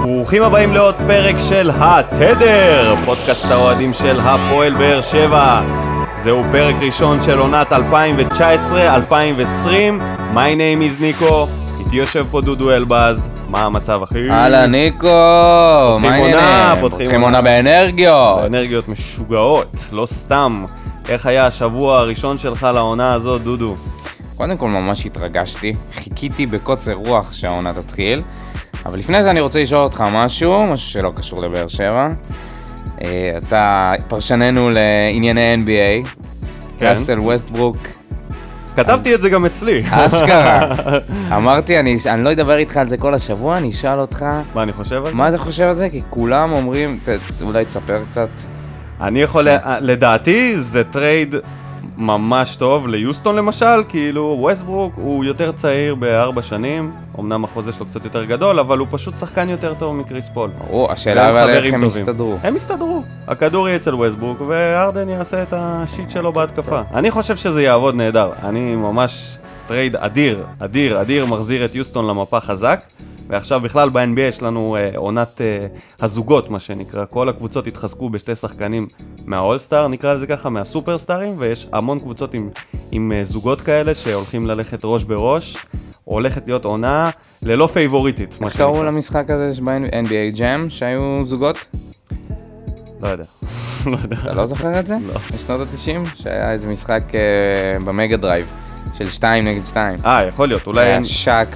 ברוכים הבאים לעוד פרק של התדר, פודקאסט האוהדים של הפועל באר שבע. זהו פרק ראשון של עונת 2019-2020. My name is ניקו, איתי יושב פה דודו אלבז. מה המצב אחי? הלאה ניקו, פותחים עונה באנרגיות. באנרגיות משוגעות, לא סתם. איך היה השבוע הראשון שלך לעונה הזאת דודו? קודם כל ממש התרגשתי, חיכיתי בקוצר רוח שהעונה תתחיל. אבל לפני זה אני רוצה לשאול אותך משהו שלא קשור לבאר שבע. אתה פרשננו לענייני NBA, ראסל ווסטברוק. כתבתי את זה גם אצלי. אשכרה. אמרתי, אני לא אדבר איתך על זה כל השבוע, אני אשאל אותך. מה אני חושב על זה? מה אתה חושב על זה? כי כולם אומרים, אולי תספר קצת. אני יכול, לדעתי זה טרייד ממש טוב ליוסטון למשל, כאילו ווסטברוק הוא יותר צעיר ב4 שנים, אמנם החוזה שלו קצת יותר גדול, אבל הוא פשוט שחקן יותר טוב מקריס פול. השאלה אבל איך הם הסתדרו. הם הסתדרו, הכדור יהיה אצל ווסטברוק והרדן יעשה את השיט שלו בהתקפה. אני חושב שזה יעבוד נהדר, אני ממש טרייד אדיר, אדיר, אדיר, מחזיר את יוסטון למפה חזק, ועכשיו בכלל ב-NBA יש לנו עונת הזוגות, מה שנקרא. כל הקבוצות התחזקו בשתי שחקנים מהאולסטאר, נקרא לזה ככה, מהסופרסטארים, ויש המון קבוצות עם זוגות כאלה שהולכים ללכת ראש בראש. הולכת להיות עונה ללא פייבוריטית. איך קראו למשחק הזה שב-NBA Jam שהיו זוגות? לא יודע. אתה לא זוכר את זה? לא. בשנות ה-90 שהיה איזה משחק במגה דרייב. של 2 נגד 2. יכול להיות, אולי... היה שק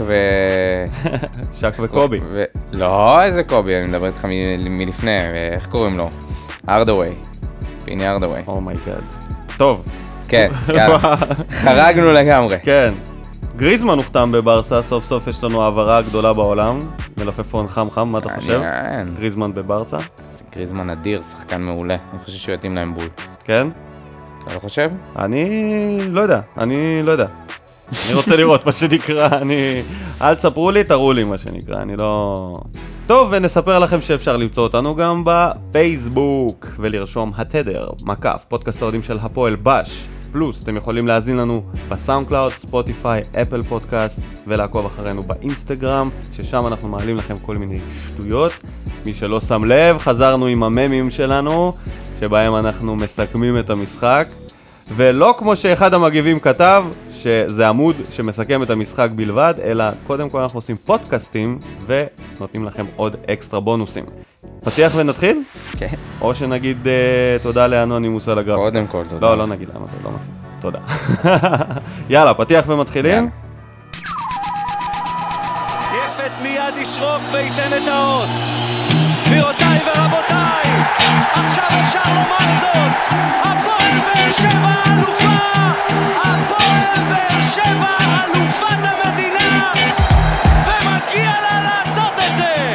שק וקובי. לא, איזה קובי, אני מדבר איתך מלפני, איך קוראים לו? ארדווי. פיני ארדווי. אומייגאד. טוב. כן, יאללה. חרגנו לגמרי. כן. גריזמן הוחתם בברסה, סוף סוף יש לנו העברה גדולה בעולם. מלפפון חם חם, מה אתה חושב? גריזמן בברסה? גריזמן אדיר, שחקן מעולה. אני חושב שהוא יתאים להם בול. כן? אתה לא חושב? אני לא יודע. אני רוצה לראות מה שנקרא, אל תספרו לי, תראו לי מה שנקרא, אני לא... טוב, ונספר לכם שאפשר למצוא אותנו גם בפייסבוק, ולרשום התדר, מקף, פודקאסט האוהדים של הפועל בש. פלוס, אתם יכולים להאזין לנו בסאונדקלאוד, ספוטיפיי, אפל פודקאסט, ולעקוב אחרינו באינסטגרם, ששם אנחנו מעלים לכם כל מיני שטויות. מי שלא שם לב, חזרנו עם הממים שלנו, שבהם אנחנו מסכמים את המשחק, ולא כמו שאחד המגיבים כתב, שזה עמוד שמסכם את המשחק בלבד, אלא קודם כל אנחנו עושים פודקאסטים, ונותנים לכם עוד אקסטרה בונוסים. פתיח ונתחיל? כן. או שנגיד תודה לאנונימוס על הגרף. קודם כל תודה. לא נגיד למה זה, לא מתאים. תודה. יאללה, פתיח ומתחילים. יפת מיד ישרוק וייתן את האות. גבירותיי ורבותיי, עכשיו אפשר לומר זאת, הפועל באר שבע אלופה! הפועל באר שבע אלופת המדינה! ומגיע לה לעשות את זה!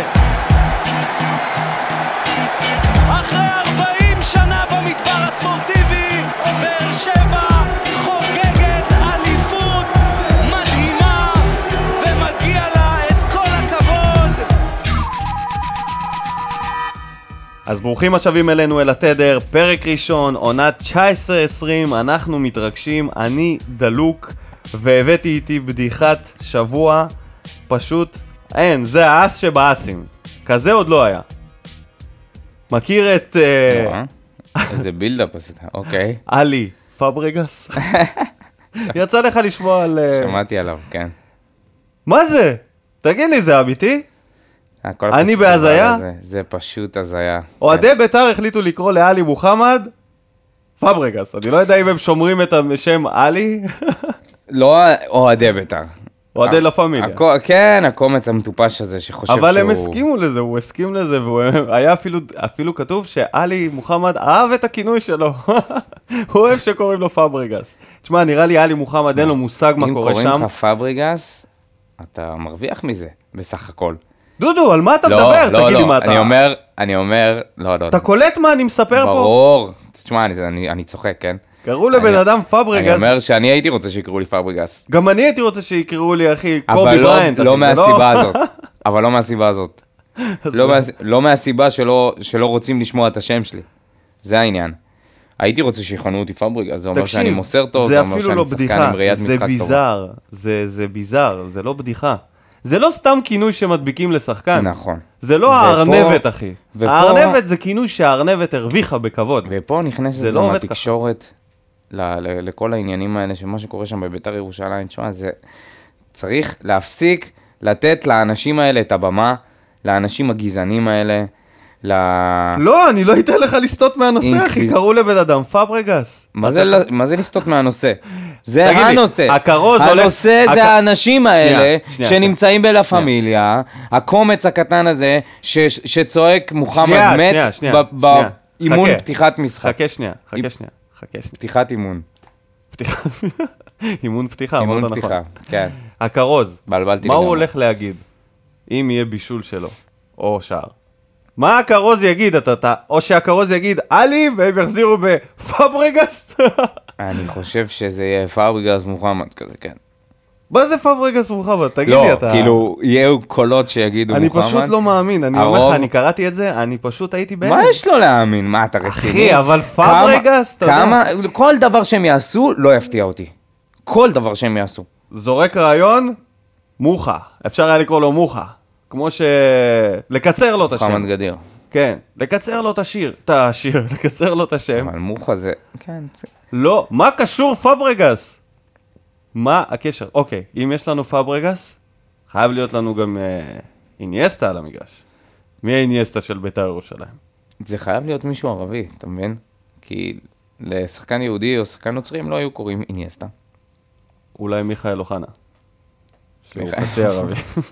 אחרי 40 שנה במדבר הספורטיבי, באר שבע חוגגת אליפות מדהימה, ומגיע לה את כל הכבוד! אז ברוכים השבים אלינו אל התדר, פרק ראשון, עונת 19-20, אנחנו מתרגשים, אני דלוק, והבאתי איתי בדיחת שבוע, פשוט, זה האס שבאסים, כזה עוד לא היה. מכיר את... איזה בילדאפ עשית, אוקיי. אלי פאברגס? יצא לך לשמוע על... שמעתי עליו, כן. מה זה? תגיד לי, זה אמיתי? אני בהזיה? זה פשוט הזיה. אוהדי בית"ר החליטו לקרוא לאלי מוחמד פאברגס. אני לא יודע אם הם שומרים את השם אלי. לא אוהדי בית"ר. אוהדי לה פמיליה. כן, הקומץ המטופש הזה שחושב שהוא... אבל הם הסכימו לזה, הוא הסכים לזה, והיה אפילו כתוב שאלי מוחמד אהב את הכינוי שלו. הוא אוהב שקוראים לו פאברגס. תשמע, נראה לי אלי מוחמד אין לו מושג מה קורה שם. אם קוראים לך פאברגס, אתה מרוויח מזה, בסך הכל. דודו, על מה אתה מדבר? תגיד לי מה אתה... אני אומר, לא. אתה קולט מה אני מספר פה? ברור. תשמע, אני צוחק, כן? קראו לבן אדם פאברגס. אני אומר שאני הייתי רוצה שיקראו לי פאברגס. גם אני הייתי רוצה שיקראו לי, אחי, קובי בריינט. אבל לא מהסיבה הזאת. אבל לא מהסיבה הזאת. לא מהסיבה שלא רוצים לשמוע את השם שלי. זה העניין. הייתי רוצה שיכנו אותי פאברגס, זה אומר שאני מוסר טוב, זה אומר שאני שחקן עם ראיית משחק טוב. זה ביזר, זה ביזר, זה לא בדיחה. זה לא סתם כינוי שמדביקים לשחקן. נכון. זה לא הארנבת, אחי. ופה- הארנבת זה כינוי שהארנבת הרוויחה בכבוד. ופה נכנסת זה לא גם עובד התקשורת לכל העניינים האלה, שמה שקורה שם בביתר ירושלים, תשמע, זה צריך להפסיק לתת לאנשים האלה את הבמה, לאנשים הגזענים האלה, לא, אני לא אתן לך לסטות מהנושא, אחי. קראו לבן אדם פאברגס. מה זה לסטות מהנושא? זה תגיד לי, הנושא. הכרוז הולך... הנושא זה האנשים האלה שנייה, שנמצאים בלה פמיליה, הקומץ הקטן הזה שצועק מוחמד מת באימון פתיחת משחק. חכה שנייה. פתיחת אימון. אימון פתיחה, אמרת נכון. אימון פתיחה, כן. הכרוז, בלבלתי מה הוא לגמרי. הולך להגיד אם יהיה בישול שלו, או שער? מה הכרוז יגיד? או שהכרוז יגיד עלי, והם יחזירו בפאברגס? אני חושב שזה יהיה פאברגס מוחמד כזה, כן. מה זה פאברגס מוחמד? תגיד לי אתה. לא, כאילו, יהיו קולות שיגידו אני מוחמד. פשוט לא מאמין, אני אומר לך, אני קראתי את זה, אני פשוט הייתי בהלם. מה יש לו להאמין? מה, אתה רציני? אחי, אבל פאברגס, אתה יודע. כל דבר שהם יעשו, לא יפתיע אותי. כל דבר שהם יעשו. זורק רעיון, מוחה. אפשר היה לקרוא לו מוחה. כמו לקצר לו את השם. מוחמד גדיר. כן, לקצר לו את השיר, לקצר לו את השם. אבל מוחה זה... כן. לא, מה קשור פאברגס? מה הקשר? אוקיי, אם יש לנו פאברגס, חייב להיות לנו גם אינייסטה על המגרש. מי האינייסטה של בית"ר ירושלים? זה חייב להיות מישהו ערבי, אתה מבין? כי לשחקן יהודי או שחקן נוצרי הם לא היו קוראים אינייסטה. אולי מיכאל אוחנה. שהוא חצי ערבי.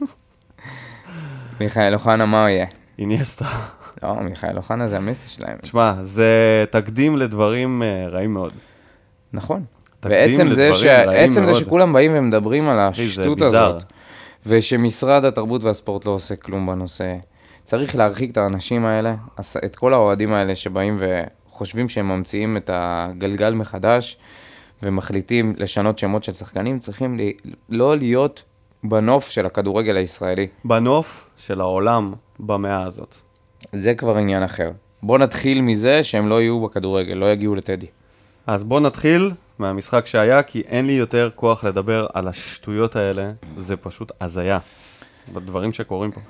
מיכאל אוחנה, מה הוא יהיה? אינייסטה. לא, מיכאל אוחנה זה המסי שלהם. תשמע, זה תקדים לדברים רעים מאוד. נכון. תקדים ועצם זה שכולם באים ומדברים על השטות הזאת, ושמשרד התרבות והספורט לא עושה כלום בנושא, צריך להרחיק את האנשים האלה, את כל האוהדים האלה שבאים וחושבים שהם ממציאים את הגלגל מחדש, ומחליטים לשנות שמות של שחקנים, צריכים לא להיות בנוף של הכדורגל הישראלי. בנוף של העולם במאה הזאת. זה כבר עניין אחר. בוא נתחיל מזה שהם לא יהיו בכדורגל, לא יגיעו לטדי. אז בוא נתחיל מהמשחק שהיה, כי אין לי יותר כוח לדבר על השטויות האלה, זה פשוט הזיה, בדברים שקורים פה.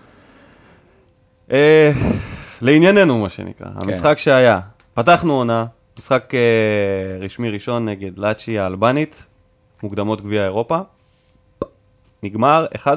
לענייננו, מה שנקרא, המשחק שהיה, פתחנו עונה, משחק רשמי ראשון נגד לאצ'י האלבנית, מוקדמות גביע אירופה, נגמר 1-1.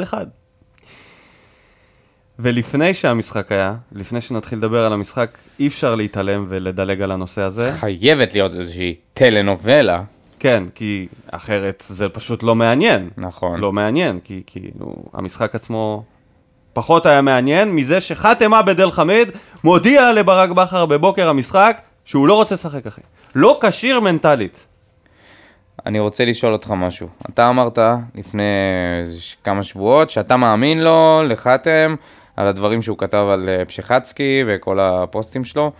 ולפני שהמשחק היה, לפני שנתחיל לדבר על המשחק, אי אפשר להתעלם ולדלג על הנושא הזה. חייבת להיות איזושהי טלנובלה. כן, כי אחרת זה פשוט לא מעניין. נכון. לא מעניין, כי המשחק עצמו פחות היה מעניין, מזה שחאתם עבד אל חמיד מודיע לברק בכר בבוקר המשחק, שהוא לא רוצה לשחק אחי. לא כשיר מנטלית. אני רוצה לשאול אותך משהו. אתה אמרת לפני כמה שבועות שאתה מאמין לו, לחתם, על הדברים שהוא כתב על פשחצקי וכל הפוסטים שלו.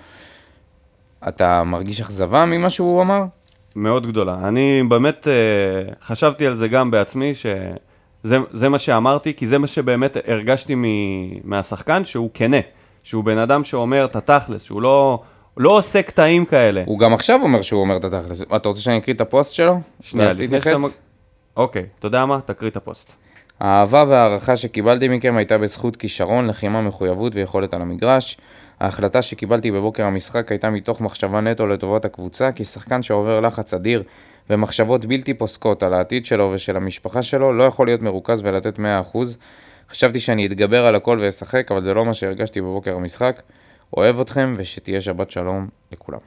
אתה מרגיש אכזבה ממה שהוא אמר? מאוד גדולה. אני באמת חשבתי על זה גם בעצמי, שזה מה שאמרתי, כי זה מה שבאמת הרגשתי מהשחקן, שהוא כנה, שהוא בן אדם שאומר את התכלס, שהוא לא עושה קטעים כאלה. הוא גם עכשיו אומר שהוא אומר את התכלס. אתה רוצה שאני אקריא את הפוסט שלו? שנייה, לפני שאתה... אוקיי, אתה יודע מה? תקריא את הפוסט. האהבה והערכה שקיבלתי מכם הייתה בזכות כישרון, לחימה, מחויבות ויכולת על המגרש. ההחלטה שקיבלתי בבוקר המשחק הייתה מתוך מחשבה נטו לטובת הקבוצה, כי שחקן שעובר לחץ אדיר ומחשבות בלתי פוסקות על העתיד שלו ושל המשפחה שלו לא יכול להיות מרוכז ולתת 100%. חשבתי שאני אתגבר על הכל ואשחק, אבל זה לא מה שהרגשתי בבוקר המשחק. אוהב אתכם ושתהיה שבת שלום לכולם.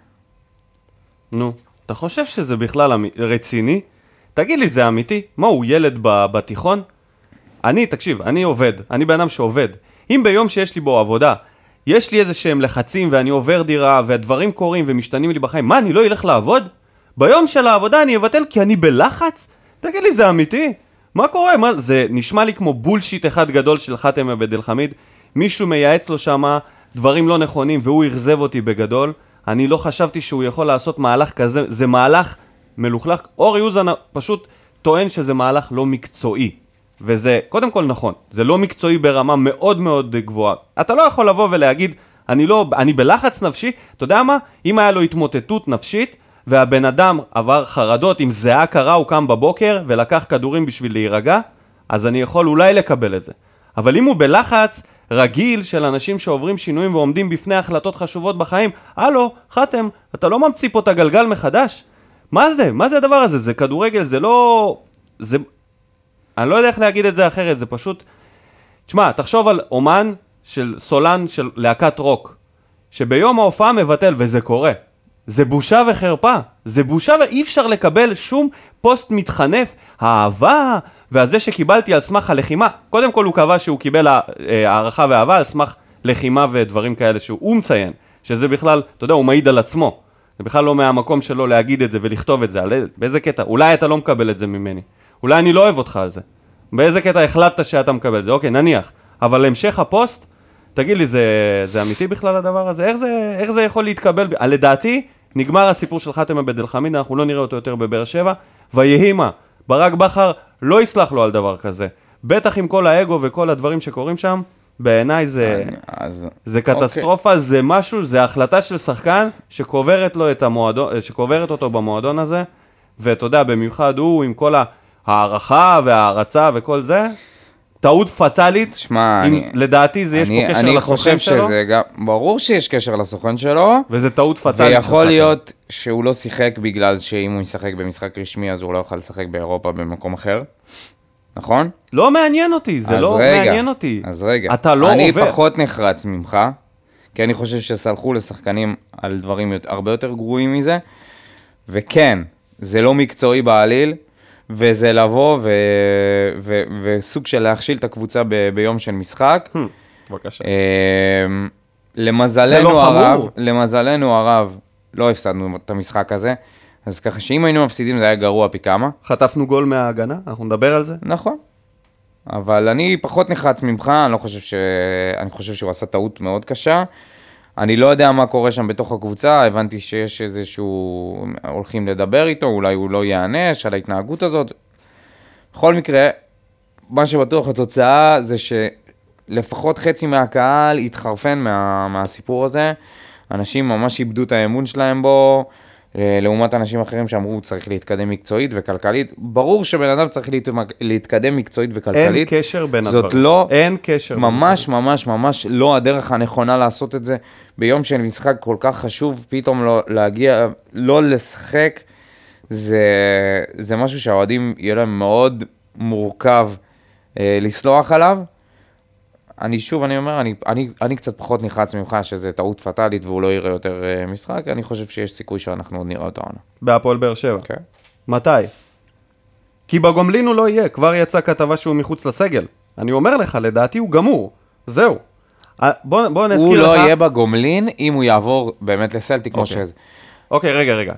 נו, אתה חושב שזה בכלל רציני? תגיד לי, זה אמיתי? מה, הוא ילד בתיכון? תקשיב, אני עובד, אני בן אדם שעובד. אם ביום שיש לי בו עבודה, יש לי איזה שהם לחצים ואני עובר דירה והדברים קורים ומשתנים לי בחיים, מה, אני לא אלך לעבוד? ביום של העבודה אני אבטל כי אני בלחץ? תגיד לי, זה אמיתי? מה קורה? זה נשמע לי כמו בולשיט אחד גדול של חאתם עבד אל חמיד. מישהו מייעץ לו שמה דברים לא נכונים והוא ירזב אותי בגדול. אני לא חשבתי שהוא יכול לעשות מהלך כזה, זה מהלך מלוכלך. אורי אוזן פשוט טוען שזה מהלך לא מקצועי. וזה, קודם כל נכון, זה לא מקצועי ברמה מאוד מאוד גבוהה. אתה לא יכול לבוא ולהגיד, אני בלחץ נפשי, אתה יודע מה? אם היה לו התמוטטות נפשית, והבן אדם עבר חרדות, אם זהה קרה, הוא קם בבוקר ולקח כדורים בשביל להירגע, אז אני יכול אולי לקבל את זה. אבל אם הוא בלחץ רגיל של אנשים שעוברים שינויים ועומדים בפני החלטות חשובות בחיים, הלו, חתם, אתה לא ממציא פה את הגלגל מחדש? מה זה? מה זה הדבר הזה? זה כדורגל, זה לא... זה... אני לא יודע איך להגיד את זה אחרת, זה פשוט... תשמע, תחשוב על אומן של סולן של להקת רוק, שביום ההופעה מבטל, וזה קורה. זה בושה וחרפה. זה בושה ואי אפשר לקבל שום פוסט מתחנף. האהבה, והזה שקיבלתי על סמך הלחימה. קודם כל הוא קבע שהוא קיבל הערכה ואהבה על סמך לחימה ודברים כאלה שהוא מציין. שזה בכלל, אתה יודע, הוא מעיד על עצמו. זה בכלל לא מהמקום שלו להגיד את זה ולכתוב את זה. באיזה קטע? אולי אתה לא מקבל את זה ממני. אולי אני לא אוהב אותך על זה. באיזה קטע החלטת שאתה מקבל את זה? אוקיי, נניח. אבל המשך הפוסט, תגיד לי, זה אמיתי בכלל הדבר הזה? איך זה יכול להתקבל? לדעתי, נגמר הסיפור של חתם עבד אל חמיד, אנחנו לא נראה אותו יותר בבאר שבע, ויהי מה, ברק בכר לא יסלח לו על דבר כזה. בטח עם כל האגו וכל הדברים שקורים שם, בעיניי זה קטסטרופה, זה משהו, זה החלטה של שחקן שקוברת אותו במועדון הזה, ואתה יודע, במיוחד הוא עם כל הערכה והערצה וכל זה, טעות פטלית, שמה, לדעתי יש פה קשר לסוכן שלו. אני חושב שזה גם, ברור שיש קשר לסוכן שלו. וזה טעות פטלית. ויכול להיות שהוא לא שיחק בגלל שאם הוא ישחק במשחק רשמי, אז הוא לא יוכל לשחק באירופה במקום אחר. נכון? לא מעניין אותי, זה לא מעניין אותי. אז רגע, אתה לא אני עובר. פחות נחרץ ממך, כי אני חושב שסלחו לשחקנים על דברים הרבה יותר גרועים מזה, וכן, זה לא מקצועי בעליל, וזה לבוא וסוג של להכשיל את הקבוצה ביום של משחק. בבקשה. למזלנו הרב, לא הפסדנו את המשחק הזה, אז ככה שאם היינו מפסידים זה היה גרוע פי כמה. חטפנו גול מההגנה, אנחנו נדבר על זה. נכון. אבל אני פחות נחרץ ממך, אני חושב שהוא עשה טעות מאוד קשה. אני לא יודע מה קורה שם בתוך הקבוצה, הבנתי שיש איזשהו, הולכים לדבר איתו, אולי הוא לא יענש על ההתנהגות הזאת. בכל מקרה, מה שבטוח התוצאה זה שלפחות חצי מהקהל התחרפן מהסיפור הזה. אנשים ממש איבדו את האמון שלהם בו, לעומת אנשים אחרים שאמרו צריך להתקדם מקצועית וכלכלית. ברור שבן אדם צריך להתקדם מקצועית וכלכלית. אין קשר בין זאת הדברים. לא, אין קשר. ממש ממש ממש לא הדרך הנכונה לעשות את זה. ביום של משחק כל כך חשוב, פתאום להגיע, לא לשחק, זה משהו שהאוהדים יהיה להם מאוד מורכב לסלוח עליו. אני אומר, אני קצת פחות נחרץ ממך שזה טעות פטלית והוא לא יראה יותר משחק, אני חושב שיש סיכוי שאנחנו עוד נראה אותו. בהפועל באר שבע. כן. מתי? כי בגומלין הוא לא יהיה, כבר יצא כתבה שהוא מחוץ לסגל. אני אומר לך, לדעתי הוא גמור. זהו. בוא נזכיר לך. הוא לא יהיה בגומלין אם הוא יעבור באמת לסלטיק כמו שזה. אוקיי, רגע.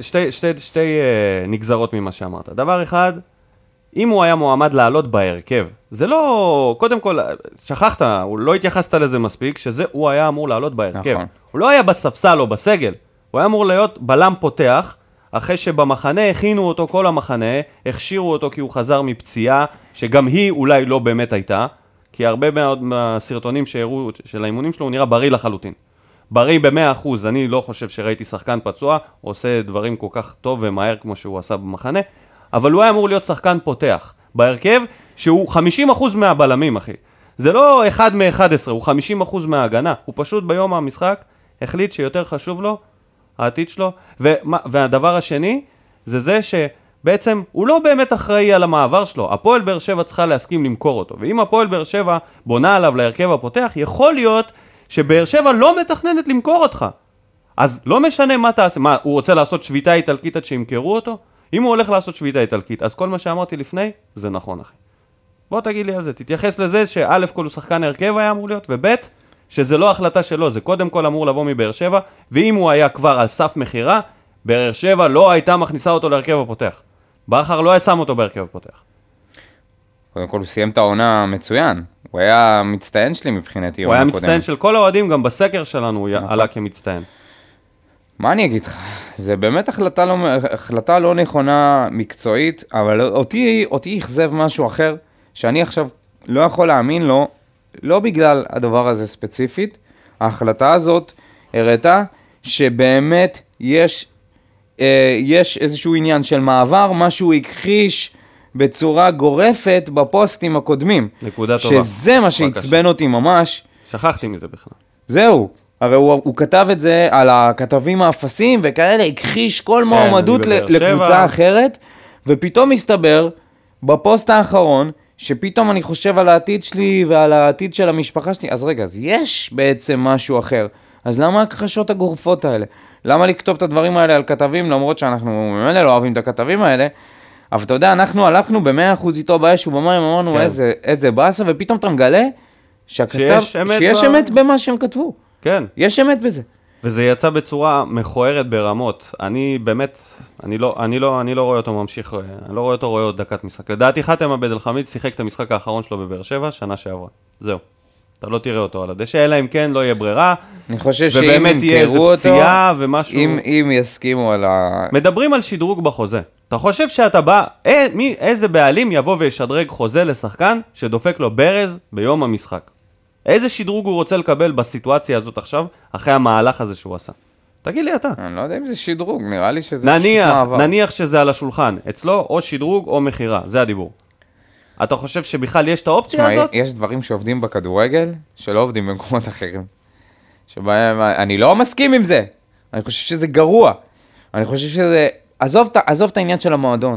שתי נגזרות ממה שאמרת. דבר אחד, אם הוא היה מועמד לעלות בהרכב, זה לא, קודם כל, שכחת, הוא לא התייחסת לזה מספיק, שזה הוא היה אמור לעלות בהרכב. נכון. הוא לא היה בספסל או בסגל, הוא היה אמור להיות בלם פותח, אחרי שבמחנה הכינו אותו כל המחנה, הכשירו אותו כי הוא חזר מפציעה, שגם היא אולי לא באמת הייתה, כי הרבה מהסרטונים שהראו של האימונים שלו, הוא נראה בריא לחלוטין. בריא ב100%, אני לא חושב שראיתי שחקן פצוע, עושה דברים כל כך טוב ומהר כמו שהוא עשה במחנה, אבל הוא היה אמור להיות שחקן פותח בהרכב, שהוא 50% מהבלמים, אחי. זה לא 1 מ-11, הוא 50% מההגנה. הוא פשוט ביום המשחק החליט שיותר חשוב לו, העתיד שלו. והדבר השני, זה שבעצם הוא לא באמת אחראי על המעבר שלו. הפועל באר שבע צריכה להסכים למכור אותו. ואם הפועל באר שבע בונה עליו להרכב הפותח, יכול להיות שבאר שבע לא מתכננת למכור אותך. אז לא משנה מה תעשה. מה, הוא רוצה לעשות שביתה איטלקית עד שימכרו אותו? אם הוא הולך לעשות שביתה איטלקית, אז כל מה שאמרתי לפני, זה נכון, אחי. בוא תגיד לי על זה, תתייחס לזה שא' כל הוא שחקן הרכב היה אמור להיות, וב' שזה לא החלטה שלו, זה קודם כל אמור לבוא מבאר שבע, ואם הוא היה כבר על סף מחירה, באר שבע לא הייתה מכניסה אותו להרכב הפותח. בכר לא היה שם אותו בהרכב הפותח. קודם כל הוא סיים את העונה מצוין, הוא היה מצטיין שלי מבחינתי. הוא היה מצטיין של כל האוהדים, גם בסקר שלנו הוא עלה כמצטיין. מה אני אגיד לך? זה באמת החלטה לא נכונה מקצועית, אבל אותי יחזב משהו אחר, שאני עכשיו לא יכול להאמין לו, לא בגלל הדבר הזה ספציפית, ההחלטה הזאת הראתה שבאמת יש איזשהו עניין של מעבר, משהו הכחיש, בצורה גורפת בפוסטים הקודמים. נקודה טובה. שזה מה שעצבן אותי ממש. שכחתי מזה בכלל. זהו. הרי הוא כתב את זה על הכתבים האפסים וכאלה, הכחיש כל מועמדות לקבוצה אחרת, ופתאום מסתבר, בפוסט האחרון, שפתאום אני חושב על העתיד שלי ועל העתיד של המשפחה שלי, אז רגע, אז יש בעצם משהו אחר. אז למה הכחשות הגורפות האלה? למה לכתוב את הדברים האלה על כתבים, למרות שאנחנו ממילא לא אוהבים את הכתבים האלה, אבל אתה יודע, אנחנו הלכנו ב100% איתו באש ובמים, אמרנו איזה באסה, ופתאום אתה מגלה שיש אמת במה שהם כתבו. כן. יש אמת בזה. וזה יצא בצורה מכוערת ברמות. אני באמת, אני לא רואה אותו ממשיך, אני לא רואה אותו רואה עוד דקת משחק. לדעתי חתם עבד אל חמיד שיחק את המשחק האחרון שלו בבאר שבע, שנה שעברה. זהו. אתה לא תראה אותו על הדשא, אלא אם כן לא יהיה ברירה. אני חושב שאם ובאמת תהיה איזה פציעה ומשהו. אם יסכימו על מדברים על שדרוג בחוזה. אתה חושב שאתה בא, איזה בעלים יבוא וישדרג חוזה לשחקן שדופק לו ברז ביום המשחק? איזה שדרוג הוא רוצה לקבל בסיטואציה הזאת עכשיו, אחרי המהלך הזה שהוא עשה? תגיד לי אתה. אני לא יודע אם זה שדרוג, נראה לי שזה פשוט מעבר. נניח שזה על השולחן, אצלו או שדרוג או מחירה, זה הדיבור. אתה חושב שבכלל יש את האופציה הזאת? יש דברים שעובדים בכדורגל, שלא עובדים במקומות אחרים. שבהם, אני לא מסכים עם זה. אני חושב שזה גרוע. אני חושב שזה, עזוב את העניין של המועדון.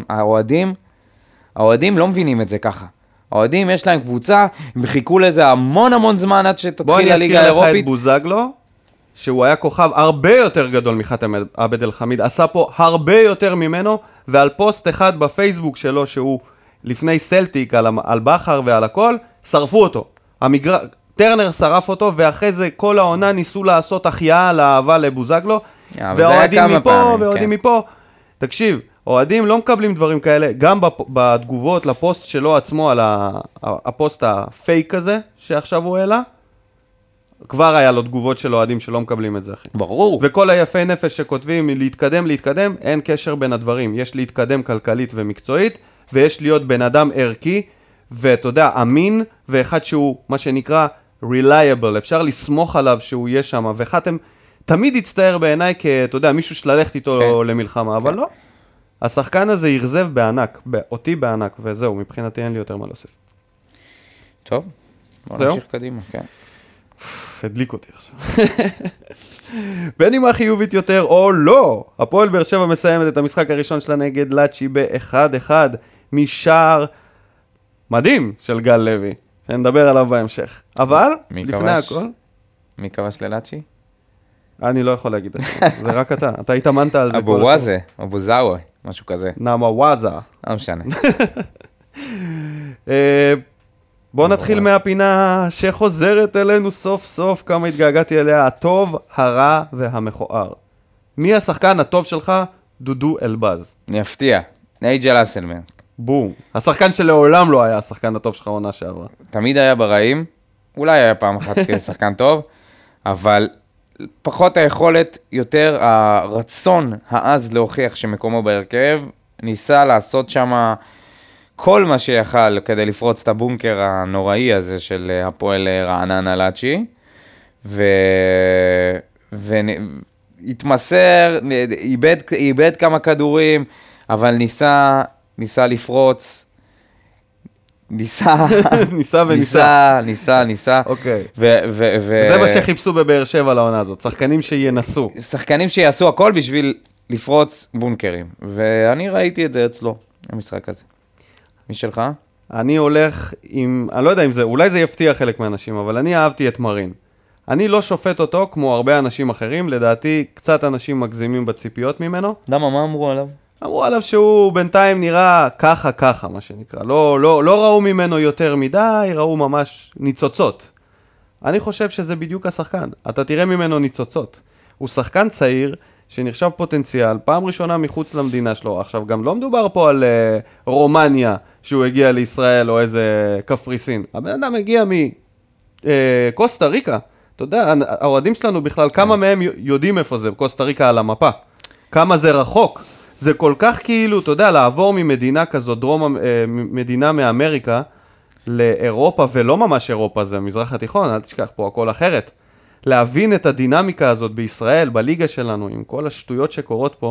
האוהדים לא מבינים את זה ככה. האוהדים יש להם קבוצה, הם חיכו לזה המון זמן עד שתתחיל הליגה האירופית. בוא אני אזכיר לך את בוזגלו, שהוא היה כוכב הרבה יותר גדול מחתם עבד אל חמיד, עשה פה הרבה יותר ממנו, ועל פוסט אחד בפייסבוק שלו, שהוא לפני סלטיק על בחר ועל הכל, שרפו אותו. טרנר שרף אותו, ואחרי זה כל העונה ניסו לעשות החייאה לאהבה לבוזגלו, ואוהדים מפה ואוהדים מפה. תקשיב, אוהדים לא מקבלים דברים כאלה, גם בתגובות לפוסט שלו עצמו, על הפוסט הפייק הזה, שעכשיו הוא העלה, כבר היה לו תגובות של אוהדים שלא מקבלים את זה, אחי. ברור. וכל היפי נפש שכותבים להתקדם, אין קשר בין הדברים. יש להתקדם כלכלית ומקצועית, ויש להיות בן אדם ערכי, ואתה יודע, אמין, ואחד שהוא, מה שנקרא, reliable. אפשר לסמוך עליו שהוא יהיה שם, וחתם תמיד יצטער בעיניי אתה יודע, מישהו שללכת איתו למלחמה, אבל לא. השחקן הזה ירזב בענק, אותי בענק, וזהו, מבחינתי אין לי יותר מה להוסיף. טוב, בוא נמשיך קדימה, כן. הדליק אותי עכשיו. בין אם החיובית יותר או לא, הפועל באר שבע מסיימת את המשחק הראשון שלה נגד לאצ'י ב-1-1 משער מדהים של גל לוי, שנדבר עליו בהמשך. אבל, לפני הכל... מי כבש ללאצ'י? אני לא יכול להגיד את זה, זה רק אתה התאמנת על זה. אבו וואזה, אבו זאווה, משהו כזה. נאמה וואזה. לא משנה. בוא נתחיל מהפינה שחוזרת אלינו סוף סוף, כמה התגעגעתי אליה, הטוב, הרע והמכוער. מי השחקן הטוב שלך? דודו אלבז. אני אפתיע, נייג'ל אסלמן. בום. השחקן שלעולם לא היה השחקן הטוב שלך עונה שעברה. תמיד היה ברעים, אולי היה פעם אחת כשחקן טוב, אבל פחות היכולת, יותר הרצון העז להוכיח שמקומו בהרכב, ניסה לעשות שם כל מה שיכל כדי לפרוץ את הבונקר הנוראי הזה של הפועל רעננה לאצ'י, והתמסר, איבד כמה כדורים, אבל ניסה לפרוץ, ניסה. אוקיי. זה מה שחיפשו בבאר שבע לעונה הזאת, שחקנים שינסו. שחקנים שיעשו הכל בשביל לפרוץ בונקרים, ואני ראיתי את זה אצלו, המשחק הזה. מי שלך? אני הולך עם, אני לא יודע אם זה, אולי זה יפתיע חלק מהאנשים, אבל אני אהבתי את מרין. אני לא שופט אותו כמו הרבה אנשים אחרים, לדעתי קצת אנשים מגזימים בציפיות ממנו. למה, מה אמרו עליו? אמרו עליו שהוא בינתיים נראה ככה, מה שנקרא. לא ראו ממנו יותר מדי, ראו ממש ניצוצות. אני חושב שזה בדיוק השחקן. אתה תראה ממנו ניצוצות. הוא שחקן צעיר שנחשב פוטנציאל, פעם ראשונה מחוץ למדינה שלו. עכשיו, גם לא מדובר פה על רומניה, שהוא הגיע לישראל או איזה קפריסין. הבן אדם הגיע מקוסטה ריקה. אתה יודע, האוהדים שלנו בכלל, כמה מהם יודעים איפה זה, קוסטה ריקה על המפה. כמה זה רחוק. זה כל כך כאילו, אתה יודע, לעבור ממדינה כזו, מדינה מאמריקה, לאירופה, ולא ממש אירופה, זה מזרח התיכון, אל תשכח פה הכל אחרת. להבין את הדינמיקה הזאת בישראל, בליגה שלנו, עם כל השטויות שקורות פה,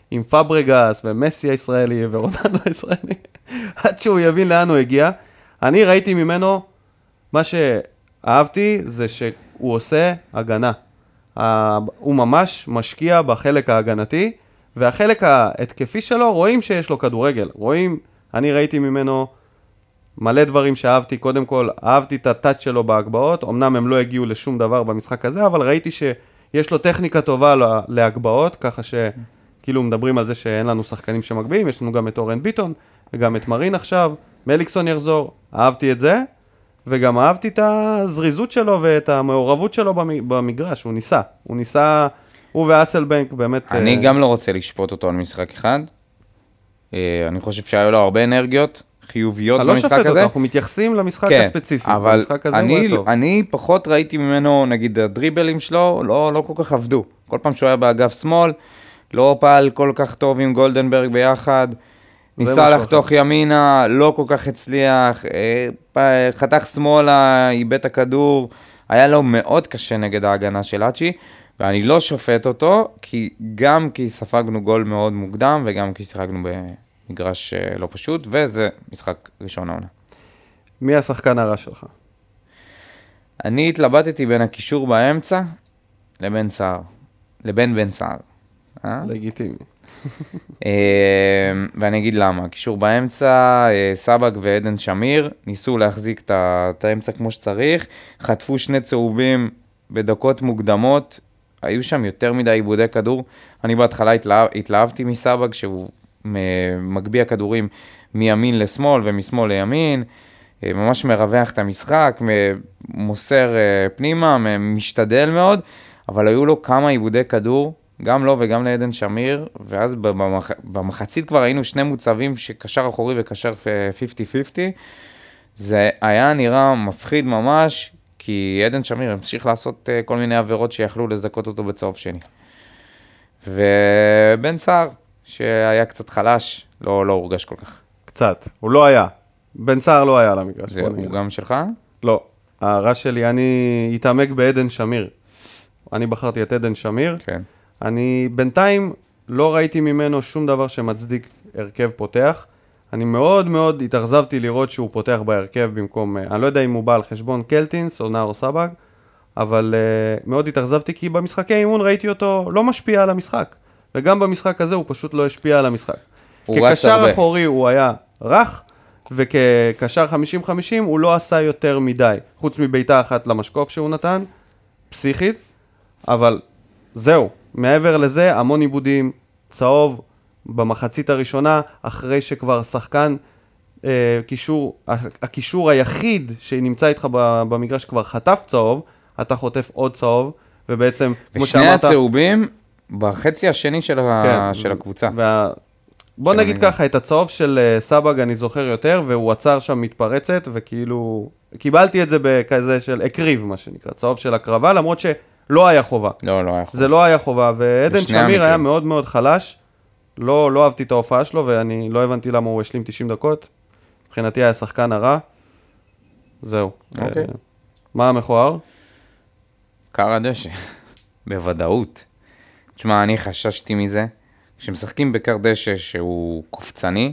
עם פאברגס ומסי הישראלי ורונלדו הישראלי, עד שהוא יבין לאן הוא הגיע. אני ראיתי ממנו, מה שאהבתי זה שהוא עושה הגנה. הוא ממש משקיע בחלק ההגנתי, והחלק ההתקפי שלו, רואים שיש לו כדורגל. אני ראיתי ממנו מלא דברים שאהבתי. קודם כל, אהבתי את הטאץ' שלו בהגבהות. אמנם הם לא הגיעו לשום דבר במשחק הזה, אבל ראיתי שיש לו טכניקה טובה להגבהות, ככה שכאילו מדברים על זה שאין לנו שחקנים שמגביהים, יש לנו גם את אורן ביטון, וגם את מרין עכשיו, מליקסון יחזור. אהבתי את זה, וגם אהבתי את הזריזות שלו ואת המעורבות שלו במגרש. הוא ניסה, הוא ואסלבנק באמת... אני גם לא רוצה לשפוט אותו על משחק אחד. אני חושב שהיו לו הרבה אנרגיות חיוביות במשחק הזה. לא שפט אותו, אנחנו מתייחסים למשחק הספציפי. אבל אני פחות ראיתי ממנו, נגיד, הדריבלים שלו, לא כל כך עבדו. כל פעם שהוא היה באגף שמאל, לא פעל כל כך טוב עם גולדנברג ביחד, ניסה לחתוך ימינה, לא כל כך הצליח, חתך שמאלה, איבד את הכדור, היה לו מאוד קשה נגד ההגנה של אצ'י, ואני לא שופט אותו, גם כי ספגנו גול מאוד מוקדם, וגם כי שיחקנו במגרש לא פשוט, וזה משחק ראשון העונה. מי השחקן הרע שלך? אני התלבטתי בין הקישור באמצע לבין בן סער. לגיטימי. ואני אגיד למה. הקישור באמצע, סבג ועדן שמיר, ניסו להחזיק את האמצע כמו שצריך, חטפו 2 צהובים בדקות מוקדמות, היו שם יותר מדי עיבודי כדור. אני בהתחלה התלהבתי מסבג, שהוא מגביע כדורים מימין לשמאל ומשמאל לימין, ממש מרווח את המשחק, מוסר פנימה, משתדל מאוד, אבל היו לו כמה עיבודי כדור, גם לו וגם לעדן שמיר, ואז במחצית כבר היינו 2 מוצבים שקשר אחורי וקשר 50-50, זה היה נראה מפחיד ממש, כי עדן שמיר המשיך לעשות כל מיני עבירות שיכלו לזכות אותו בצהוב שני. ובן סער, שהיה קצת חלש, לא הורגש כל כך. קצת, הוא לא היה. בן סער לא היה למגרש. זה הוא גם שלך? לא. הרע שלי, אני התעמק בעדן שמיר. אני בחרתי את עדן שמיר. כן. אני בינתיים לא ראיתי ממנו שום דבר שמצדיק הרכב פותח. אני מאוד מאוד התאכזבתי לראות שהוא פותח בהרכב במקום, אני לא יודע אם הוא בא על חשבון קלטינס או נאור סבג, אבל מאוד התאכזבתי כי במשחקי אימון ראיתי אותו לא משפיע על המשחק. וגם במשחק הזה הוא פשוט לא השפיע על המשחק. כקשר אחורי הוא היה רך, וכקשר 50-50 הוא לא עשה יותר מדי, חוץ מביתה אחת למשקוף שהוא נתן, פסיכית, אבל זהו, מעבר לזה המון עיבודים, צהוב במחצית הראשונה, אחרי שכבר שחקן הקישור היחיד שנמצא איתך במגרש כבר חטף צהוב, אתה חוטף עוד צהוב, ובעצם כמו שאמרת... ושני הצהובים בחצי השני של הקבוצה. בוא נגיד ככה, את הצהוב של סבג אני זוכר יותר, והוא עצר שם מתפרצת, וכאילו, קיבלתי את זה בכזה של הקריב, מה שנקרא, צהוב של הקרבה, למרות שלא היה חובה. לא היה חובה. זה לא היה חובה, ועדן שמיר היה מאוד מאוד חלש, לא אהבתי את ההופעה שלו, ואני לא הבנתי למה הוא השלים 90 דקות, מבחינתי היה שחקן הרע, זהו. אוקיי. מה המכוער? קר הדשא, בוודאות. תשמע, אני חששתי מזה, כשמשחקים בקר דשא שהוא קופצני,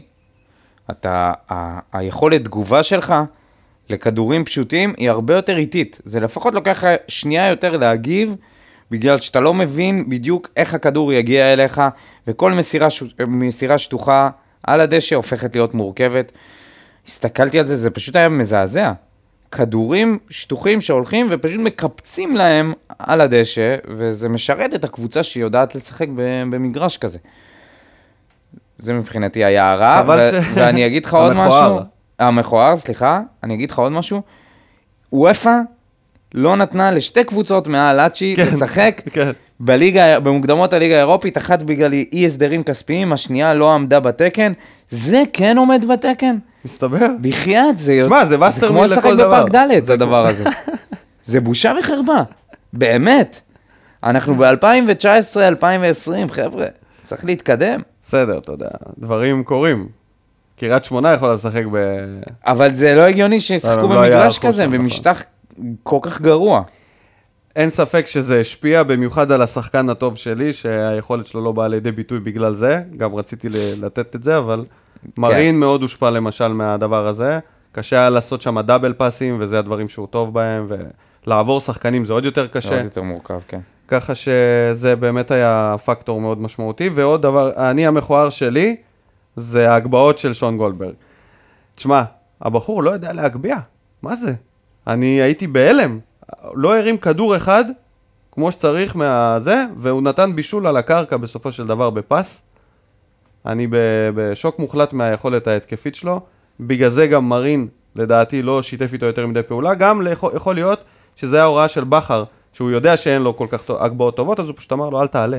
היכולת תגובה שלך לכדורים פשוטים היא הרבה יותר איטית. זה לפחות לוקח שנייה יותר להגיב, בגלל שאתה לא מבין בדיוק איך הכדור יגיע אליך, וכל מסירה שטוחה על הדשא הופכת להיות מורכבת. הסתכלתי על זה, זה פשוט היה מזעזע. כדורים שטוחים שהולכים ופשוט מקפצים להם על הדשא, וזה משרת את הקבוצה שהיא יודעת לשחק במגרש כזה. זה מבחינתי היה הרע, ואני אגיד לך עוד משהו. המכוער, סליחה, אני אגיד לך עוד משהו. וופא לא נתנה לשתי קבוצות מעל אצ'י לשחק במוקדמות הליגה האירופית, אחת בגלל אי הסדרים כספיים, השנייה לא עמדה בתקן. זה כן עומד בתקן. מסתבר. בחייאת, זה כמו לשחק בפארק ד' זה הדבר הזה. זה בושה וחרפה. באמת. אנחנו ב-2019, 2020, חבר'ה. צריך להתקדם. בסדר, אתה יודע. דברים קורים. קריית שמונה יכולה לשחק אבל זה לא הגיוני שישחקו במגרש כזה, במשטח כל כך גרוע. אין ספק שזה השפיע, במיוחד על השחקן הטוב שלי, שהיכולת שלו לא באה לידי ביטוי בגלל זה, גם רציתי לתת את זה, אבל מרין מאוד הושפע למשל מהדבר הזה, קשה היה לעשות שם דאבל פאסים, וזה הדברים שהוא טוב בהם, ולעבור שחקנים זה עוד יותר קשה. עוד יותר מורכב, כן. ככה שזה באמת היה פקטור מאוד משמעותי, ועוד דבר, אני המכוער שלי, זה ההגבהות של שון גולדברג. תשמע, הבחור לא יודע להגביע, מה זה? אני הייתי בהלם, לא הרים כדור אחד, כמו שצריך מהזה, והוא נתן בישול על הקרקע בסופו של דבר בפס. אני בשוק מוחלט מהיכולת ההתקפית שלו, בגלל זה גם מרין, לדעתי, לא שיתף איתו יותר מדי פעולה, גם יכול להיות שזה ההוראה של בחר, שהוא יודע שאין לו כל כך הגבהות טובות, אז הוא פשוט אמר לו, אל תעלה.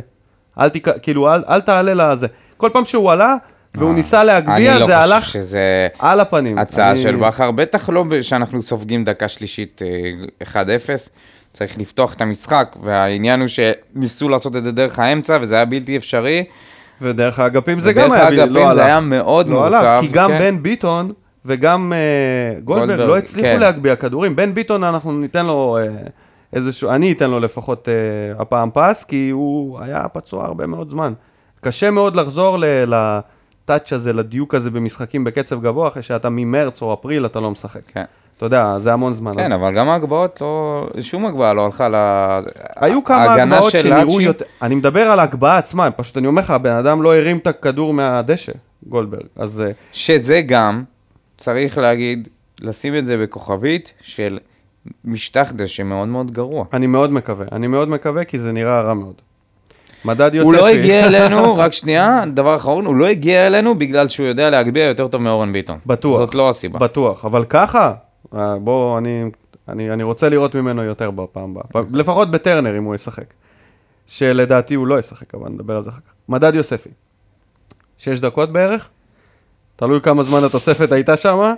אל תעלה לזה. כל פעם שהוא עלה, והוא ניסה להגביע, זה הלך על הפנים. הצעה של בחר, בטח לא שאנחנו סופגים דקה שלישית 1-0, צריך לפתוח את המשחק, והעניין הוא שניסו לעשות את זה דרך האמצע, וזה היה בלתי אפשרי. ודרך האגפים זה גם היה, לא הלך. זה היה מאוד מורכב. כי גם בן ביטון וגם גולדברג לא הצליחו להגביע כדורים. בן ביטון אנחנו ניתן לו איזשהו, אני אתן לו לפחות הפעם פס, כי הוא היה פצוע הרבה מאוד זמן. קשה מאוד לחזור לטאץ' הזה, לדיוק הזה במשחקים בקצב גבוה, אחרי שאתה ממרץ או אפריל אתה לא משחק. כן. אתה יודע, זה המון זמן. כן, אבל גם ההגבהות לא, שום הגבהה לא הלכה היו כמה הגבהות שנראו יותר, אני מדבר על ההגבהה עצמה, פשוט אני אומר לך, הבן אדם לא הרים את הכדור מהדשא, גולדברג, אז... שזה גם, צריך להגיד, לשים את זה בכוכבית של משטח דשא מאוד מאוד גרוע. אני מאוד מקווה, כי זה נראה רע מאוד. מדד יוספי. הוא לא הגיע אלינו, רק שנייה, דבר אחרון, הוא לא הגיע אלינו בגלל שהוא יודע להגביע יותר טוב מאורן ביטון. בטוח. זאת לא הסיבה. בטוח, אבל ככה, בוא, אני רוצה לראות ממנו יותר בפעם הבאה. לפחות בטרנר אם הוא ישחק. שלדעתי הוא לא ישחק, אבל נדבר על זה אחר כך. מדד יוספי. 6 דקות בערך? תלוי כמה זמן התוספת הייתה שם.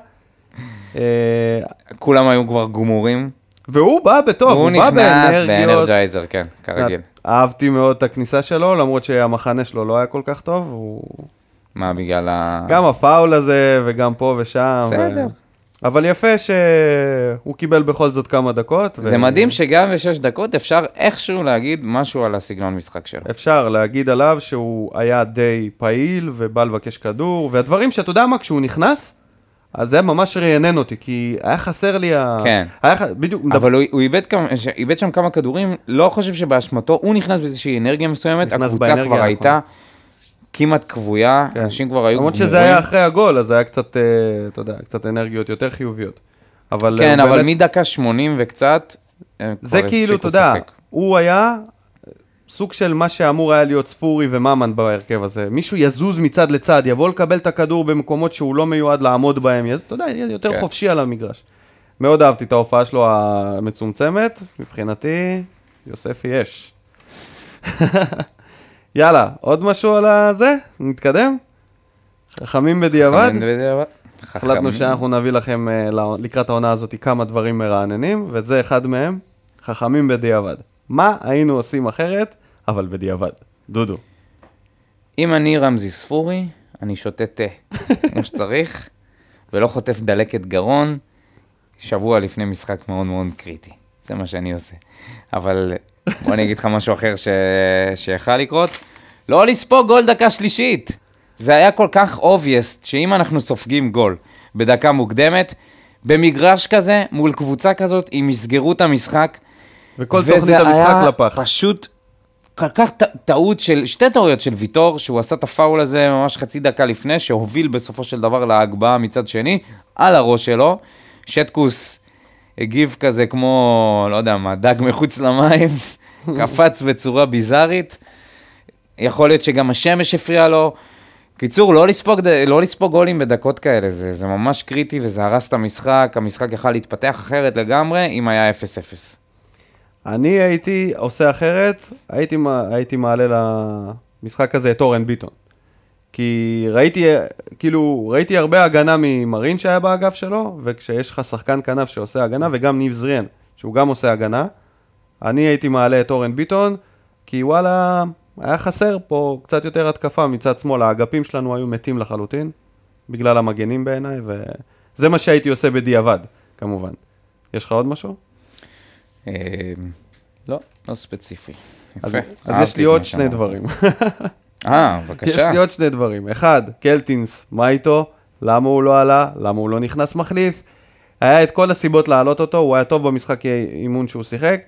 כולם היו כבר גמורים. והוא בא בטוב, הוא בא באנרגיות. באנרג'ייזר, כן, כרגיל. אהבתי מאוד את הכניסה שלו, למרות שהמחנה שלו לא היה כל כך טוב. מה, בגלל גם הפאול הזה, וגם פה ושם. בסדר. אבל יפה שהוא קיבל בכל זאת כמה דקות. זה מדהים שגם ב6 דקות אפשר איכשהו להגיד משהו על הסגנון משחק שלו. אפשר להגיד עליו שהוא היה די פעיל ובא לבקש כדור, והדברים שאתה יודע מה, כשהוא נכנס, אז זה ממש רענן אותי, כי היה חסר לי כן. בדיוק... אבל הוא איבד שם כמה כדורים, לא חושב שבאשמתו, הוא נכנס באיזושהי אנרגיה מסוימת, הקבוצה כבר הייתה כמעט קבויה, אנשים כבר היו גמורים. למרות שזה היה אחרי הגול, אז היה קצת, אתה יודע, קצת אנרגיות יותר חיוביות. כן, אבל מדקה 80 וקצת, זה כאילו, אתה יודע, הוא היה סוג של מה שאמור היה להיות ספורי וממן בהרכב הזה. מישהו יזוז מצד לצד, יבוא לקבל את הכדור במקומות שהוא לא מיועד לעמוד בהם, אתה יודע, יהיה יותר חופשי על המגרש. מאוד אהבתי את ההופעה שלו המצומצמת, מבחינתי, יוספי יש. יאללה, עוד משהו על זה? נתקדם? חכמים בדיעבד? החלטנו שאנחנו נביא לכם לקראת העונה הזאת כמה דברים מרעננים, וזה אחד מהם, חכמים בדיעבד. מה היינו עושים אחרת, אבל בדיעבד? דודו. אם אני רמזי ספורי, אני שותה תה, כמו שצריך, ולא חוטף דלקת גרון, שבוע לפני משחק מאוד מאוד קריטי. זה מה שאני עושה. אבל בוא אני אגיד לך משהו אחר שיכל לקרות. לא לספוג גול דקה שלישית. זה היה כל כך obvious, שאם אנחנו סופגים גול בדקה מוקדמת, במגרש כזה, מול קבוצה כזאת, אם יסגרו את המשחק, וכל תוכנית המשחק לפח. וזה היה פשוט כל כך טעות של, 2 טעויות של ויטור, שהוא עשה את הפאול הזה ממש חצי דקה לפני, שהוביל בסופו של דבר להגבהה מצד שני, על הראש שלו. שטקוס הגיב כזה כמו, לא יודע מה, דג מחוץ למים, קפץ בצורה ביזארית. יכול להיות שגם השמש הפריע לו. קיצור, לא לספוג גולים בדקות כאלה, זה ממש קריטי וזה הרס את המשחק, המשחק יכל להתפתח אחרת לגמרי אם היה 0-0. אני הייתי עושה אחרת, הייתי מעלה למשחק הזה את אורן ביטון. כי ראיתי הרבה הגנה ממרין שהיה באגף שלו, וכשיש לך שחקן כנף שעושה הגנה, וגם ניב זריאן, שהוא גם עושה הגנה, אני הייתי מעלה את אורן ביטון, כי וואלה, היה חסר פה קצת יותר התקפה מצד שמאל, האגפים שלנו היו מתים לחלוטין, בגלל המגנים בעיניי, וזה מה שהייתי עושה בדיעבד, כמובן. יש לך עוד משהו? לא, לא ספציפי. אז יפה. יש אהבתי לי את עוד מה שני שאמרת. דברים. בבקשה. יש לי עוד שני דברים. אחד, קלטינס, מה איתו? למה הוא לא עלה? למה הוא לא נכנס מחליף? היה את כל הסיבות להעלות אותו, הוא היה טוב במשחק אימון שהוא שיחק.